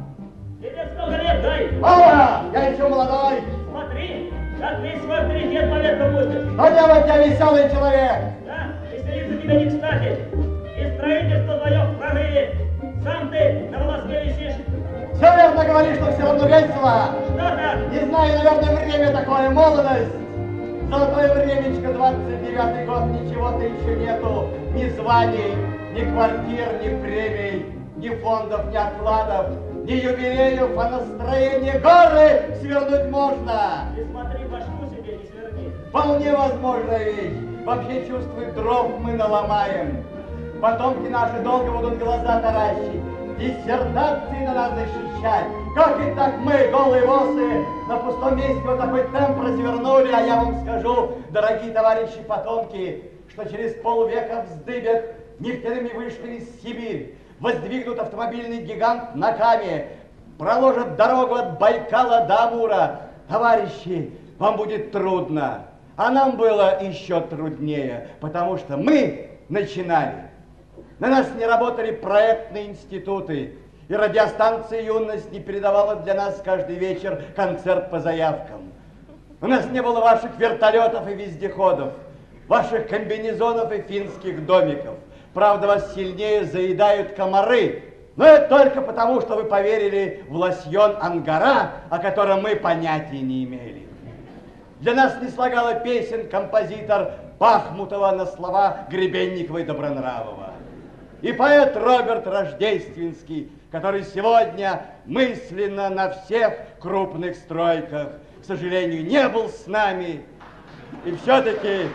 Тебе сколько лет, дай? Мало, я еще молодой. Смотри, как весь свой авторитет поверху пустишь. Но дело у тебя веселый человек. Да, веселиться тебе не кстати. И строительство твое в прорыве. Сам ты на волоске висишь. Все верно говоришь, но все равно весело. Что так? Не знаю, наверное, время такое, молодость. Золотое времечко, 29-й год, ничего-то еще нету. Ни званий, ни квартир, ни премий, ни фондов, ни окладов, ни юбилеев, а настроение горы свернуть можно. Ты смотри, башку себе не сверни. Вполне возможная вещь. Вообще, чувствую, дров мы наломаем. Потомки наши долго будут глаза таращить, диссертации на нас защищать. Как и так мы, голые восы, на пустом месте вот такой темп развернули, а я вам скажу, дорогие товарищи потомки, что через полвека вздыбят нефтяными вышками Сибирь, воздвигнут автомобильный гигант на Каме, проложат дорогу от Байкала до Амура. Товарищи, вам будет трудно, а нам было еще труднее, потому что мы начинали. На нас не работали проектные институты, и радиостанция «Юность» не передавала для нас каждый вечер концерт по заявкам. У нас не было ваших вертолетов и вездеходов, ваших комбинезонов и финских домиков. Правда, вас сильнее заедают комары, но это только потому, что вы поверили в лосьон Ангара, о котором мы понятия не имели. Для нас не слагала песен композитор Бахмутова на слова Гребенникова и Добронравова. И поэт Роберт Рождественский, который сегодня мысленно на всех крупных стройках, к сожалению, не был с нами. И все-таки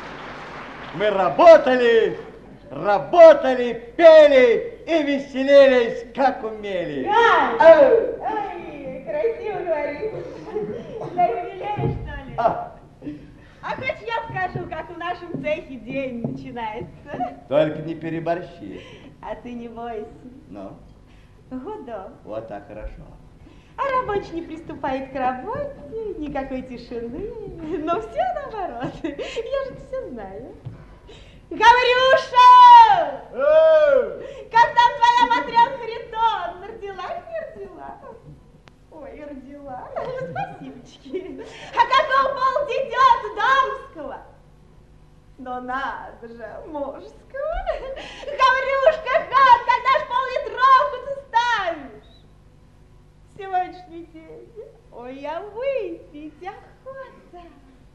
мы работали, пели и веселились, как умели. Ой, красиво говоришь. Да юбилей, что ли? А хоть я скажу, как в нашем цехе день начинается? Только не переборщи. А ты не бойся. Ну? Гудок. Вот так хорошо. А рабочий не приступает к работе, никакой тишины. Но все наоборот. Я же все знаю. Гаврюша! Как там твоя Матрёна Харитон? Родила, не родила? Ой, родила. Спасибочки. А какого пола дитя дамского? Но надо же, мужского. Гаврюшка, когда ж пол-литровку ты ставишь? Сегодняшний день. Ой, а выпить охота.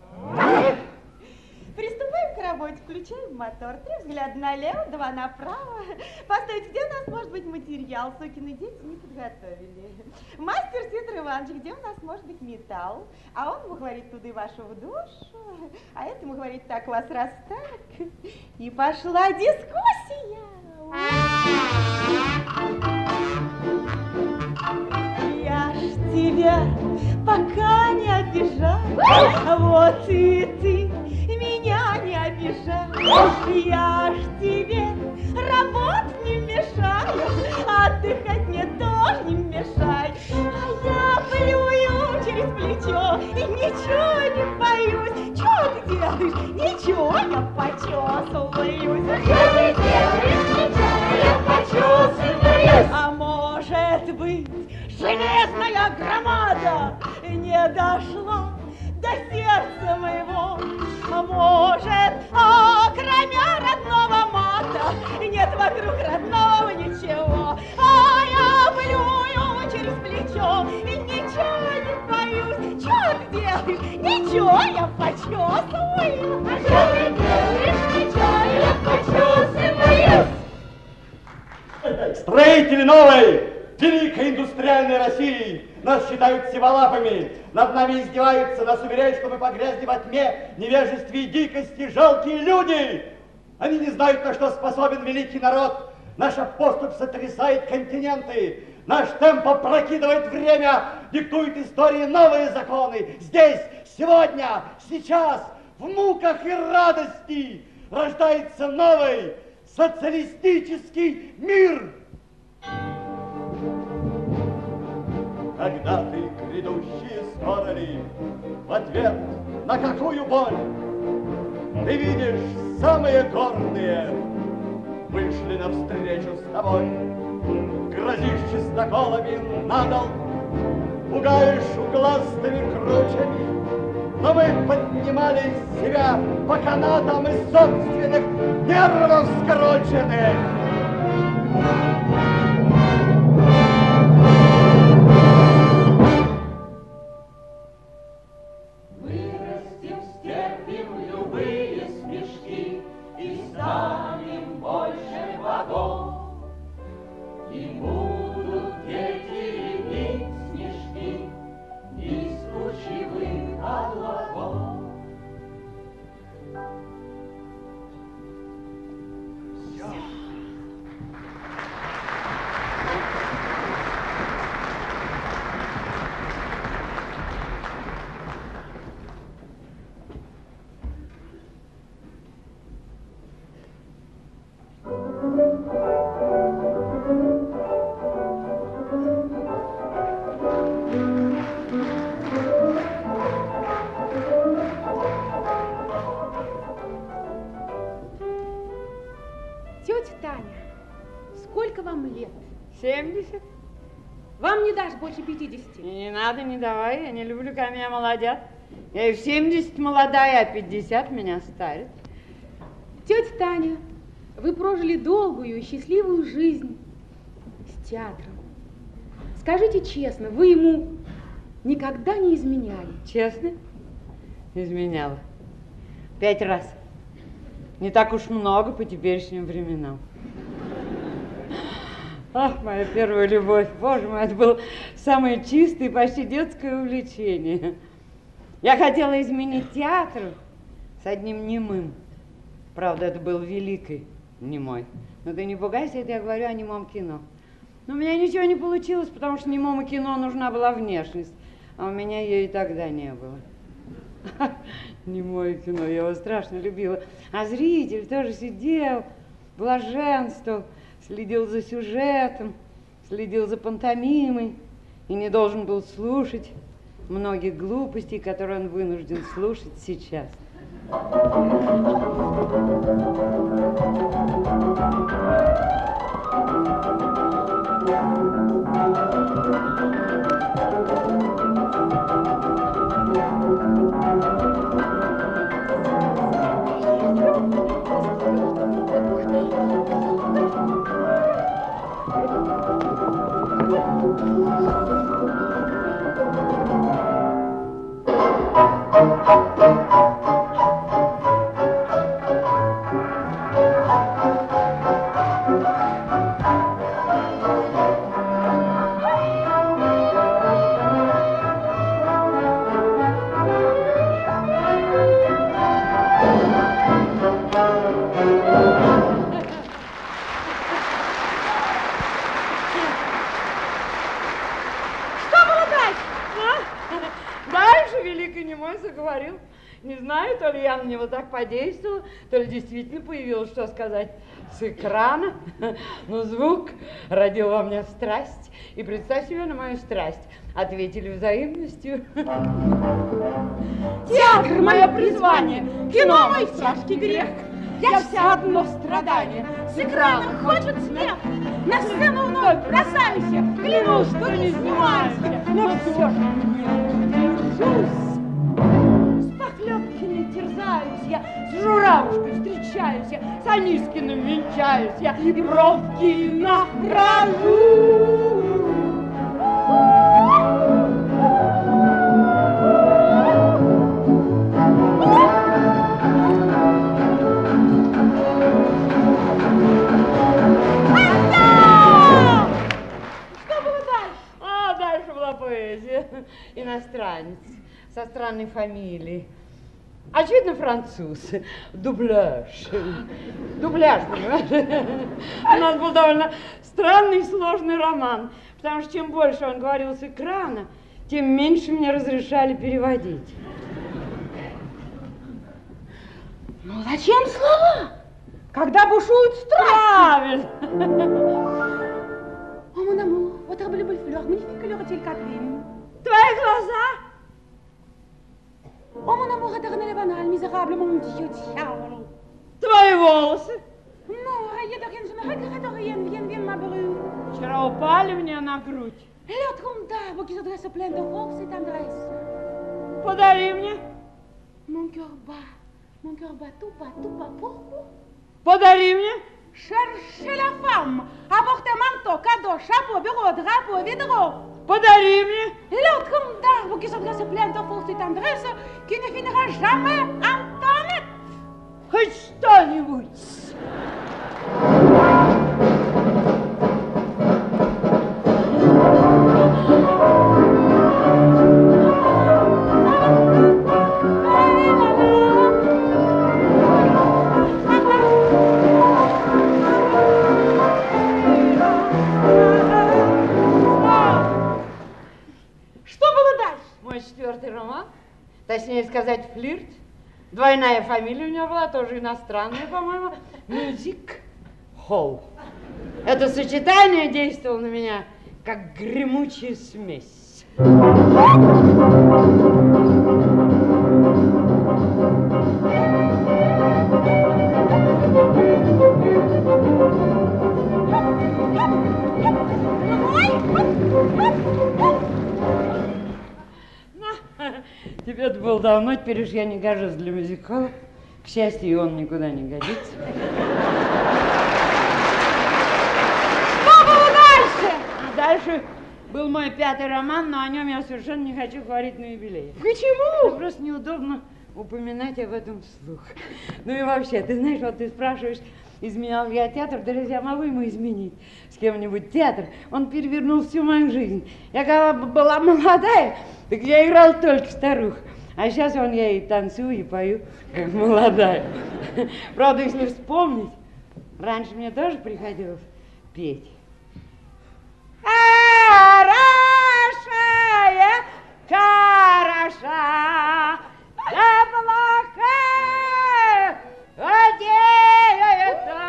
Приступаем к работе, включаем мотор. 3 взгляда налево, 2 направо. Постойте, где у нас может быть материал? Сокины дети не подготовили. Мастер Сидор Иванович, где у нас может быть металл? А он ему говорит, туда и вашу в душу. А это ему говорит, так вас раз так. И пошла дискуссия. Я ж тебя пока не обижаю, вот и ты меня не обижай. Я ж тебе работать не мешаю, отдыхать мне тоже не мешай. А я плюю через плечо и ничего не боюсь. Чего ты делаешь? Ничего, я почесываюсь. Что ты делаешь? Ничего, я почесываюсь. А может быть, железная громада не дошла до сердца моего. А может, кроме родного мата нет вокруг родного ничего. А я плюю через плечо и ничего не боюсь. Чего ты делаешь? Ничего, я почесываю. А что ты делаешь? Ничего, я почесываюсь. Строители новой великой индустриальной России нас считают сиволапами, над нами издеваются, нас уверяют, что мы погрязли во тьме, невежестве и дикости, жалкие люди. Они не знают, на что способен великий народ. Наша поступь сотрясает континенты. Наш темп опрокидывает время, диктует истории новые законы. Здесь, сегодня, сейчас, в муках и радости рождается новый социалистический мир. Когда ты, грядущие, скоро ли, в ответ на какую боль ты видишь самые гордые вышли навстречу с тобой, грозишь чистоколами надол, пугаешь угластыми кручами, но мы поднимали себя по канатам из собственных нервов скрученных. Вырастем, стерпим любые смешки и станем больше богов. И будут дети лепить снежки из кучевых облаков. Тетя Таня, сколько вам лет? 70. Вам не дашь больше 50. Не надо, не давай, я не люблю, когда меня молодят. Я и в 70 молодая, а 50 меня старит. Тетя Таня, вы прожили долгую и счастливую жизнь с театром. Скажите честно, вы ему никогда не изменяли? Честно? Изменяла. 5 раз. Не так уж много по теперешним временам. Ах, моя первая любовь, боже мой, это было самое чистое, почти детское увлечение. Я хотела изменить театр с одним немым. Правда, это был великий немой. Но ты не пугайся, это я говорю о немом кино. Но у меня ничего не получилось, потому что немому кино нужна была внешность, а у меня ее и тогда не было. Немое кино, я его страшно любила. А зритель тоже сидел, блаженствовал, следил за сюжетом, следил за пантомимой и не должен был слушать многих глупостей, которые он вынужден слушать сейчас. Не знаю, то ли я на него так подействовала, то ли действительно появилось, что сказать, с экрана. Но звук родил во мне страсть. И представь себе на мою страсть. Ответили взаимностью. Театр — мое призвание, кино — мой тяжкий грех. Я вся одно страдание, с экрана хочет смех. На сцену вновь бросаюсь, клянусь, что не снимаюсь, но все же не держусь. Похлебкиной терзаюсь я, с Журавушкой встречаюсь я, с Анискиным венчаюсь я, и бровки нахожу. Что было дальше? А, дальше была поэзия. Иностранец со странной фамилией. Очевидно, француз. Дубляж. Дубляж, понимаешь? У нас был довольно странный и сложный роман, потому что чем больше он говорил с экрана, тем меньше мне разрешали переводить. Ну зачем слова, когда бушуют страсти? Правильно. О, mon amour, votre bleu fleur, magnifique leur-t-il Catherine? Твои глаза? О, mon amour éternel et banal, misérable, mon Dieu, diable. Твои волосы? Non, rien de rien, je ne regrette rien, viens, ma brune. Вчера упали мне на грудь. L'autre comme d'arbre qui s'adresse plein de force et tendresse. Подари мне. Mon cœur bat tout pas, pourquoi? Подари мне. Cherchez la femme, apportez manteau, cadeau, chapeau, bureau, drapeau, ведро. Подари мне. L'autre comme d'arbre qui s'adresse plein de force et tendresse, qui ne finira jamais en tonnette. Хоть что-нибудь. Мой четвертый роман, точнее сказать, флирт. Двойная фамилия у него была, тоже иностранная, по-моему. Мюзик Холл. Это сочетание действовало на меня, как гремучая смесь. Тебе-то было давно, теперь уж я не гожусь для мюзикла. К счастью, и он никуда не годится. Что было дальше? А дальше был мой пятый роман, но о нем я совершенно не хочу говорить на юбилее. Почему? Просто неудобно упоминать об этом вслух. Ну и вообще, ты знаешь, вот ты спрашиваешь, изменял я театр, да разве я могу ему изменить с кем-нибудь театр? Он перевернул всю мою жизнь. Я когда была молодая, так я играла только старух. А сейчас вон я и танцую, и пою, как молодая. Правда, если вспомнить, раньше мне тоже приходилось петь. Хорошая, хороша, да плохая, одета.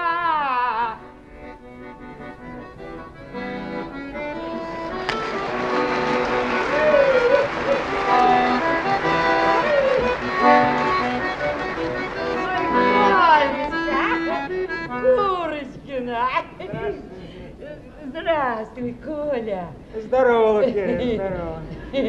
Курочкина. Здравствуй, Коля. Здорово, Лукерья, здорово.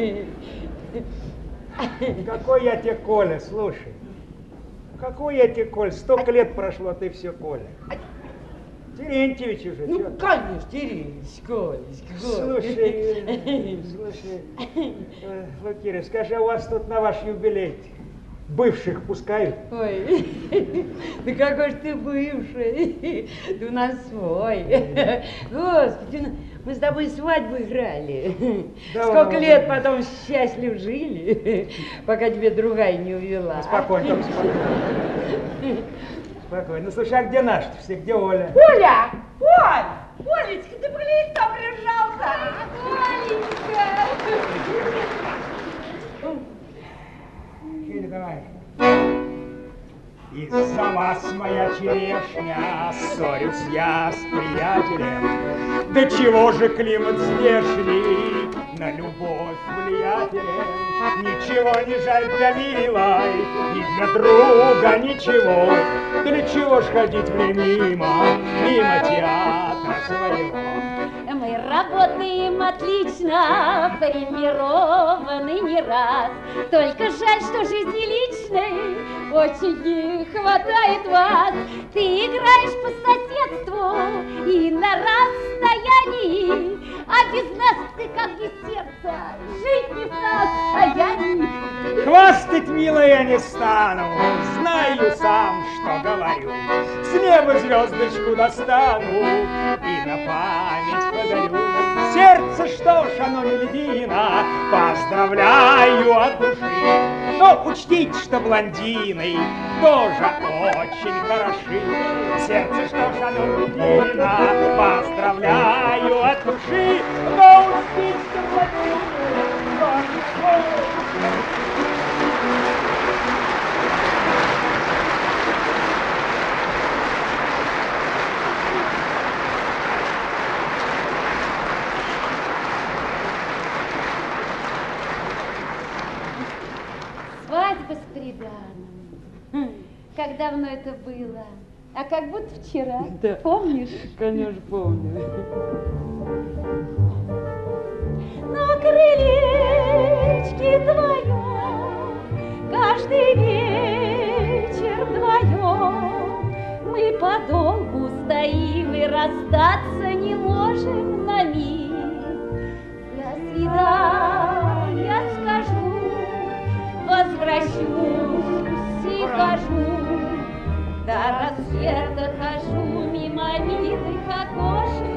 Какой я тебе, Коля, слушай. Какой я тебе, Коль, столько лет прошло, а ты все, Коля. Терентьевич уже. Ну, чё? конечно, Терентьевич, Колечка. Слушай, Лукерья, скажи, а у вас тут на ваш юбилей бывших пускают? Ой, да какой ж ты бывший, ты у нас свой. Господи, мы с тобой свадьбу играли. Да, сколько лет потом счастливо жили, пока тебе другая не увела. Спокойно, спокойно. Спокойно. Ну, слушай, а где наш-то все? Где Оля? Оля! Оль! Олечка, ты погляди, кто прижался! Оленька! Федя, давай. Из-за вас, моя черешня, ссорюсь я с приятелем. Да чего же климат здешний на любовь влиятелен? Ничего не жаль для милой, и для друга ничего. Для чего ж ходить мне мимо театра своего? Мы работаем отлично, премированы не раз. Только жаль, что жизни личной очень не хватает вас. Ты играешь по соседству и на расстоянии, а без нас ты как без сердца жить не в состоянии. Хвастать, милая, не стану, знаю сам, что говорю. С неба бы звездочку достану и на память подарю. Сердце, что ж, оно не льдина, поздравляю от души. Но учтите, что блондины тоже очень хороши. Сердце, что ж, оно не льдина, поздравляю от души. Но учтите, что блондины тоже хороши. Свадьба с приданым. Как давно это было? А как будто вчера. Да. Помнишь? Конечно, помню. На крылечке твоем каждый вечер вдвоем мы подолгу стоим и расстаться не можем на миг. До свидания скажу, возвращусь и хожу, до рассвета хожу мимо милых окошек.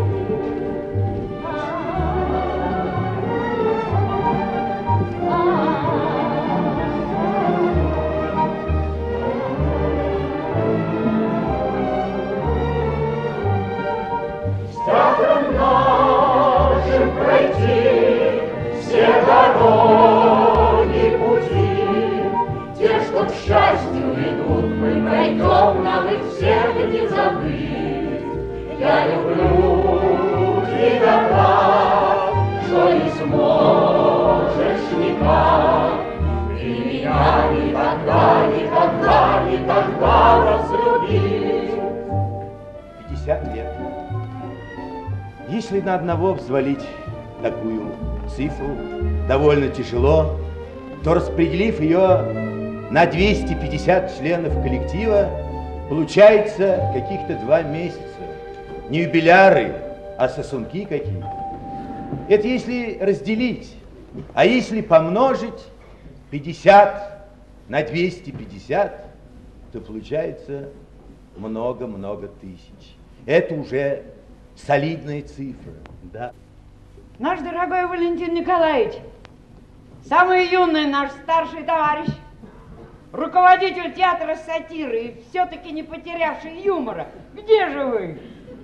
С театром нашим пройти все дороги пути, те, что к счастью ведут, мы пройдем, нам их всех не забыть. Я люблю тебя так, что не сможешь никак. Ты меня никогда, никогда, никогда разлюбить. 50 лет. Если на одного взвалить такую цифру довольно тяжело, то распределив ее на 250 членов коллектива, получается каких-то 2 месяца. Не юбиляры, а сосунки какие-то. Это если разделить. А если помножить 50 на 250, то получается много-много тысяч. Это уже солидная цифра, да. Наш дорогой Валентин Николаевич, самый юный наш старший товарищ, руководитель театра сатиры и все-таки не потерявший юмора. Где же вы?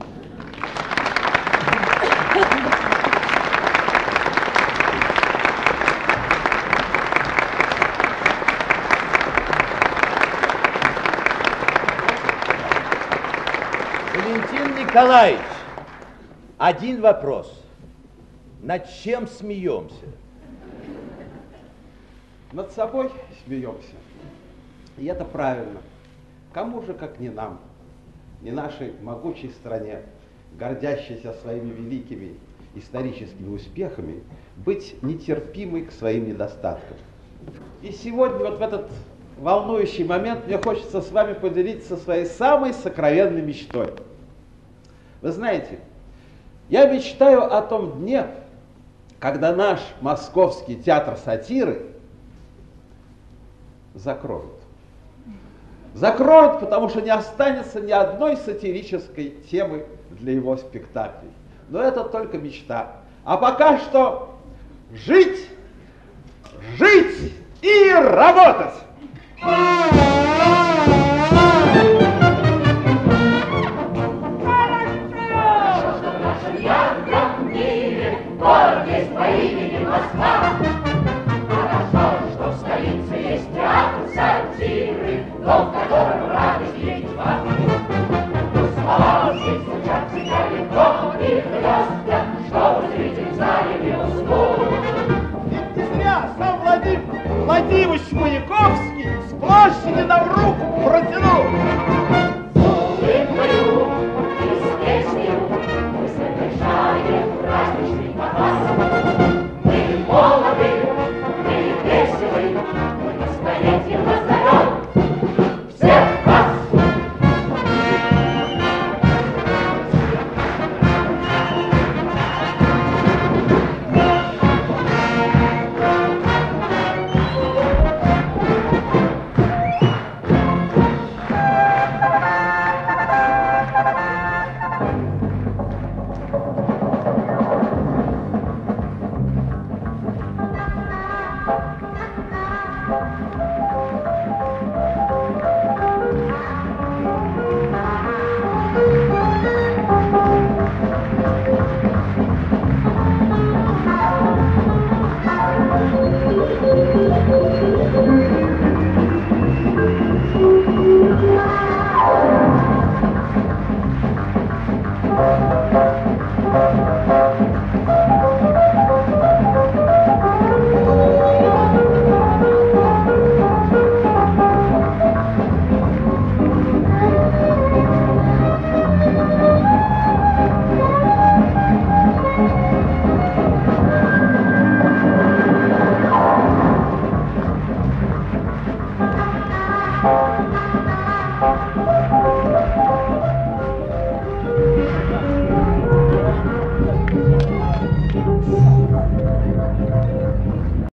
Валентин Николаевич, один вопрос. Над чем смеемся? Над собой смеемся. И это правильно. Кому же, как не нам, не нашей могучей стране, гордящейся своими великими историческими успехами, быть нетерпимой к своим недостаткам. И сегодня, вот в этот волнующий момент, мне хочется с вами поделиться своей самой сокровенной мечтой. Вы знаете, я мечтаю о том дне, когда наш Московский театр сатиры закроют. Закроют, потому что не останется ни одной сатирической темы для его спектаклей. Но это только мечта. А пока что жить, жить и работать! Гордость по имени Москва. Хорошо, что в столице есть театр сатиры, но в котором радость есть вам. Слова здесь звучат всегда легко и хлестко, чтобы зритель в зале не уснул. Ведь не зря сам Владимир Владимирович Маяковский с площади нам руку протянул. Улыбкою и с песней мы совершаем праздничный показ. Мы молоды, мы веселы, мы на столетие позовем всех вас. Thank you.